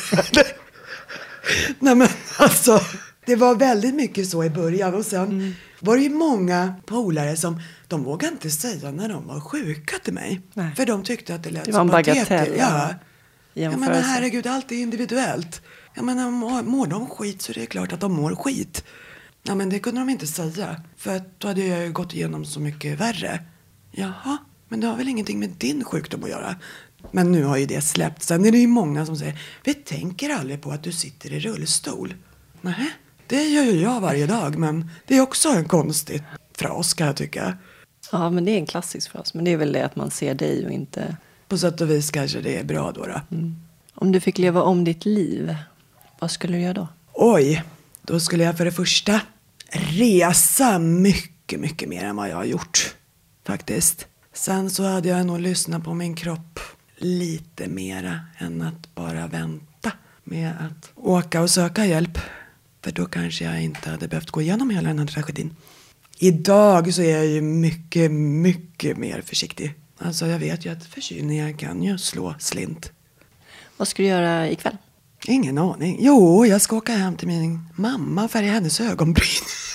Nej men alltså, det var väldigt mycket så i början. Och sen var det ju många polare som, de vågade inte säga när de var sjuka till mig. Nej. För de tyckte att det lät det var en bagatell. Ja. Jag menar, herregud, allt är individuellt. Jag menar, mår de skit så är det klart att de mår skit. Ja, men det kunde de inte säga. För att då hade jag ju gått igenom så mycket värre. Jaha, men det har väl ingenting med din sjukdom att göra. Men nu har ju det släppt. Sen är det ju många som säger, vi tänker aldrig på att du sitter i rullstol. Nej, det gör ju jag varje dag. Men det är också en konstig fras kan jag tycka. Ja, men det är en klassisk fras. Men det är väl det att man ser dig och inte... På sätt och vis kanske det är bra då. Om du fick leva om ditt liv, vad skulle du göra då? Oj, då skulle jag för det första resa mycket, mycket mer än vad jag har gjort. Faktiskt. Sen så hade jag nog lyssnat på min kropp lite mera än att bara vänta med att åka och söka hjälp. För då kanske jag inte hade behövt gå igenom hela den här tragedin. Idag så är jag ju mycket, mycket mer försiktig. Alltså jag vet ju att förkylningar kan ju slå slint. Vad ska du göra ikväll? Ingen aning. Jo, jag ska åka hem till min mamma och färga hennes ögonbryn.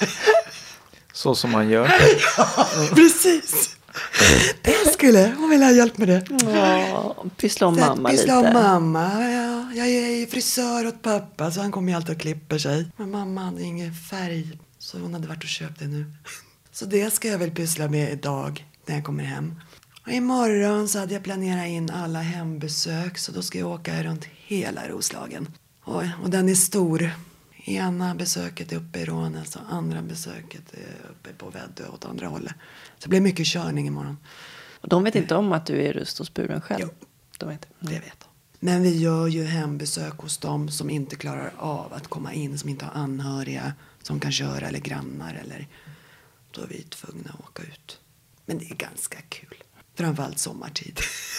Så som man gör. Ja, precis. Det skulle hon vilja ha hjälp med det. Ja, pyssla om mamma lite. Pyssla om mamma, ja. Jag är frisör åt pappa så han kommer ju alltid och klipper sig. Men mamma hade ingen färg så hon hade varit och köpt det nu. Så det ska jag väl pyssla med idag när jag kommer hem. Och imorgon så hade jag planerat in alla hembesök så då ska jag åka runt hela Roslagen. Och den är stor. Ena besöket är uppe i Rånäs och andra besöket är uppe på Väddö åt andra hållet. Så det blir mycket körning imorgon. Och de vet inte om att du är rullstolsburen själv? Jo, de vet. Det vet de. Men vi gör ju hembesök hos dem som inte klarar av att komma in, som inte har anhöriga som kan köra eller grannar. Eller då är vi tvungna att åka ut. Men det är ganska kul. Framförallt sommartid.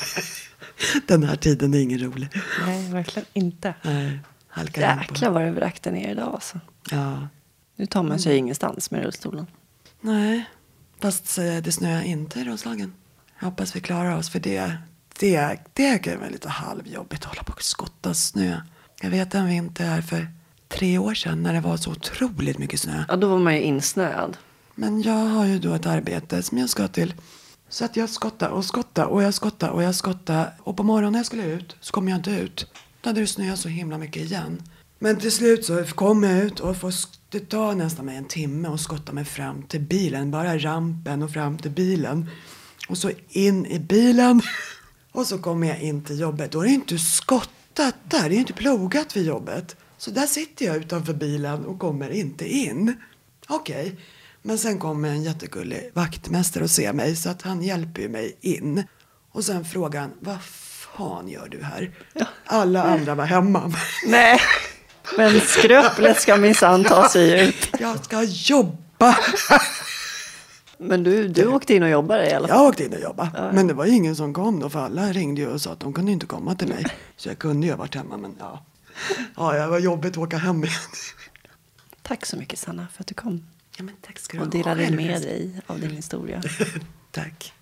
Den här tiden är ingen rolig. Nej, verkligen inte. Nej, jäklar vad det vräkte ner idag alltså. Ja. Nu tar man sig ingenstans med rullstolen. Nej, Fast det snöar inte i Roslagen. Jag hoppas vi klarar oss, för det är väl lite halvjobbigt att hålla på och skotta snö. Jag vet en vinter här för 3 år sedan när det var så otroligt mycket snö. Ja, då var man ju insnöad. Men jag har ju då ett arbete som jag ska till. Så att jag skottar och skottar och jag skottar och jag skottar. Och på morgonen när jag skulle ut så kom jag inte ut. Då hade det snöat så himla mycket igen. Men till slut så kom jag ut och det tar nästan mig en timme att skotta mig fram till bilen. Bara rampen och fram till bilen. Och så in i bilen. Och så kommer jag in till jobbet. Då är det inte skottat där. Det är inte plogat vid jobbet. Så där sitter jag utanför bilen och kommer inte in. Okej. Men sen kommer en jättegullig vaktmästare och ser mig. Så att han hjälper ju mig in. Och sen frågar han, vad fan gör du här? Ja. Alla andra var hemma. Nej, men skröplet ska minsann ta sig ut. Jag ska jobba. Men du åkte in och jobbade i alla fall? Jag åkte in och jobbade. Ja. Men det var ju ingen som kom då, för alla ringde ju och sa att de kunde inte komma till mig. Så jag kunde ju ha varit hemma, men ja, det var jobbigt att åka hem igen. Tack så mycket, Sanna, för att du kom. Ja, men tack ska du ha. Och delade med dig av din historia. Tack.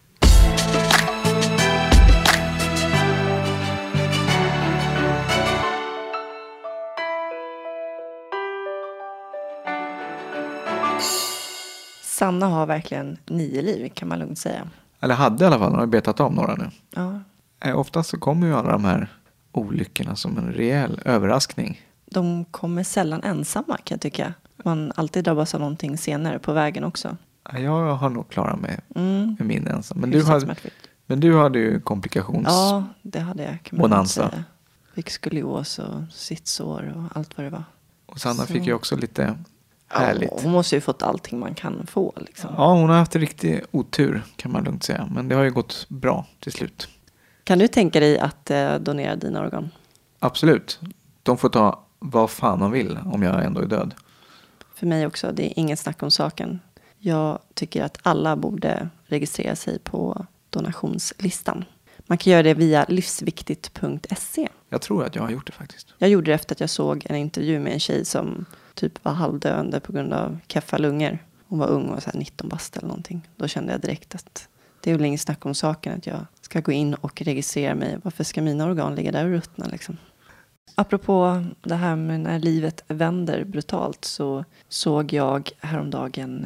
Sanna har verkligen 9 liv, kan man lugnt säga. Eller hade i alla fall, hon har betat av några nu. Ja. Oftast så kommer ju alla de här olyckorna som en rejäl överraskning. De kommer sällan ensamma, kan jag tycka. Man alltid drabbas av någonting senare på vägen också. Jag har nog klarat mig med min ensam. Men du hade ju komplikations... Ja, det hade jag, kan man bonanza. säga. Fick skolios och sittsår och allt vad det var. Och Sanna fick ju också lite härligt. Ja, hon måste ju fått allting man kan få. Liksom. Ja, hon har haft riktig otur, kan man lugnt säga. Men det har ju gått bra till slut. Kan du tänka dig att donera dina organ? Absolut. De får ta vad fan de vill om jag ändå är död. För mig också, det är ingen snack om saken. Jag tycker att alla borde registrera sig på donationslistan. Man kan göra det via livsviktigt.se. Jag tror att jag har gjort det faktiskt. Jag gjorde det efter att jag såg en intervju med en tjej som typ var halvdöende på grund av keffa lungor. Hon var ung och så här 19 bast eller någonting. Då kände jag direkt att det är väl ingen snack om saken att jag ska gå in och registrera mig. Varför ska mina organ ligga där och ruttna liksom? Apropå det här med när livet vänder brutalt så såg jag häromdagen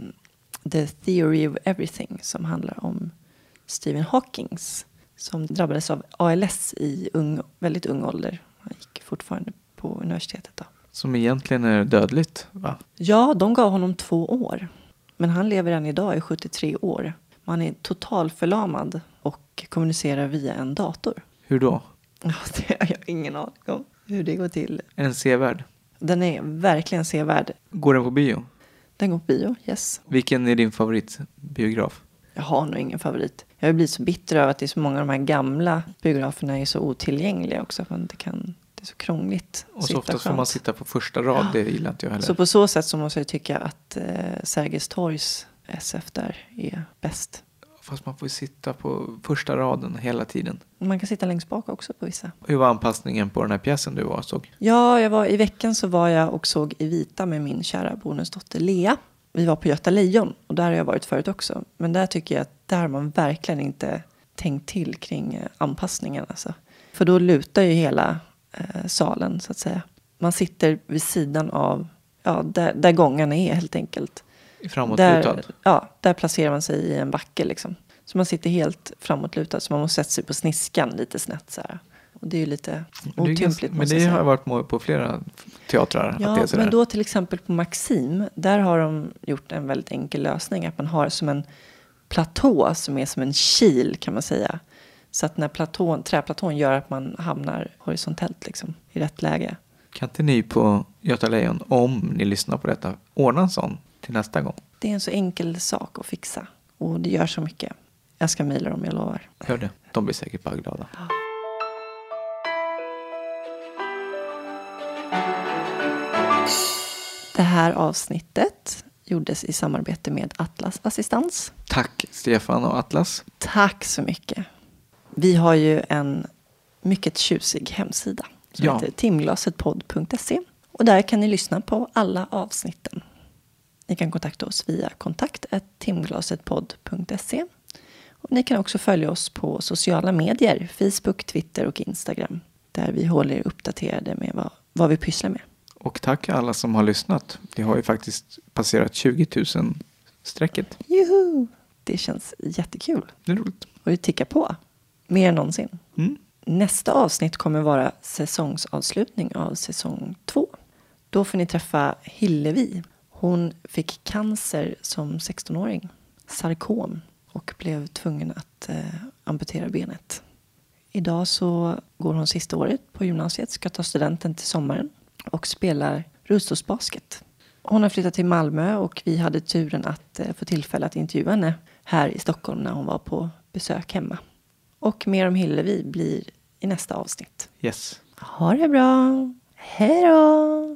The Theory of Everything som handlar om Stephen Hawking som drabbades av ALS i väldigt ung ålder. Han gick fortfarande på universitetet då. Som egentligen är dödligt, va? Ja, de gav honom 2 år. Men han lever än idag i 73 år. Man är totalförlamad och kommunicerar via en dator. Hur då? Ja, det har jag ingen aning om hur det går till. Är den sevärd? Den är verkligen sevärd. Går den på bio? Den går på bio, yes. Vilken är din favoritbiograf? Jag har nog ingen favorit. Jag har blivit så bitter över att det är så många av de här gamla biograferna är så otillgängliga också. För det är så krångligt. Och så ofta får man sitta på första rad, det gillar inte jag heller. Så på så sätt så måste jag tycka att Sergels torgs SF där är bäst. Fast man får sitta på första raden hela tiden. Man kan sitta längst bak också på vissa. Hur var anpassningen på den här pjäsen du såg? Ja, i veckan så var jag och såg Evita med min kära bonusdotter Lea. Vi var på Göta Lejon och där har jag varit förut också. Men där tycker jag att där har man verkligen inte tänkt till kring anpassningen. Alltså. För då lutar ju hela salen så att säga. Man sitter vid sidan av, där gångarna är helt enkelt. Framåtlutad? Där placerar man sig i en backe liksom. Så man sitter helt framåtlutad så man måste sätta sig på sniskan lite snett så här. Och det är ju lite otympligt. Men det har jag varit på flera teatrar. Ja, att det är men då till exempel på Maxim, där har de gjort en väldigt enkel lösning. Att man har som en platå som är som en kil kan man säga. Så att när träplatån gör att man hamnar horisontellt liksom, i rätt läge. Kan inte ni på Göta Lejon, om ni lyssnar på detta, ordna en sån till nästa gång? Det är en så enkel sak att fixa. Och det gör så mycket. Jag ska mejla dem, jag lovar. Hör det. De blir säkert bara glada. Ja. Det här avsnittet gjordes i samarbete med Atlas Assistans. Tack Stefan och Atlas. Tack så mycket. Vi har ju en mycket tjusig hemsida som heter timglasetpodd.se. Och där kan ni lyssna på alla avsnitten. Ni kan kontakta oss via kontakt@timglasetpodd.se. Och ni kan också följa oss på sociala medier, Facebook, Twitter och Instagram. Där vi håller er uppdaterade med vad vi pysslar med. Och tack alla som har lyssnat. Vi har ju faktiskt passerat 20 000 strecket. Juhu! Det känns jättekul. Det är roligt. Och det tickar på. Mer än någonsin. Mm. Nästa avsnitt kommer vara säsongsavslutning av säsong 2. Då får ni träffa Hillevi. Hon fick cancer som 16-åring. Sarkom. Och blev tvungen att amputera benet. Idag så går hon sista året på gymnasiet. Ska ta studenten till sommaren. Och spelar rullstolsbasket. Hon har flyttat till Malmö och vi hade turen att få tillfälle att intervjua henne här i Stockholm när hon var på besök hemma. Och mer om Hillevi blir i nästa avsnitt. Yes. Ha det bra. Hej då!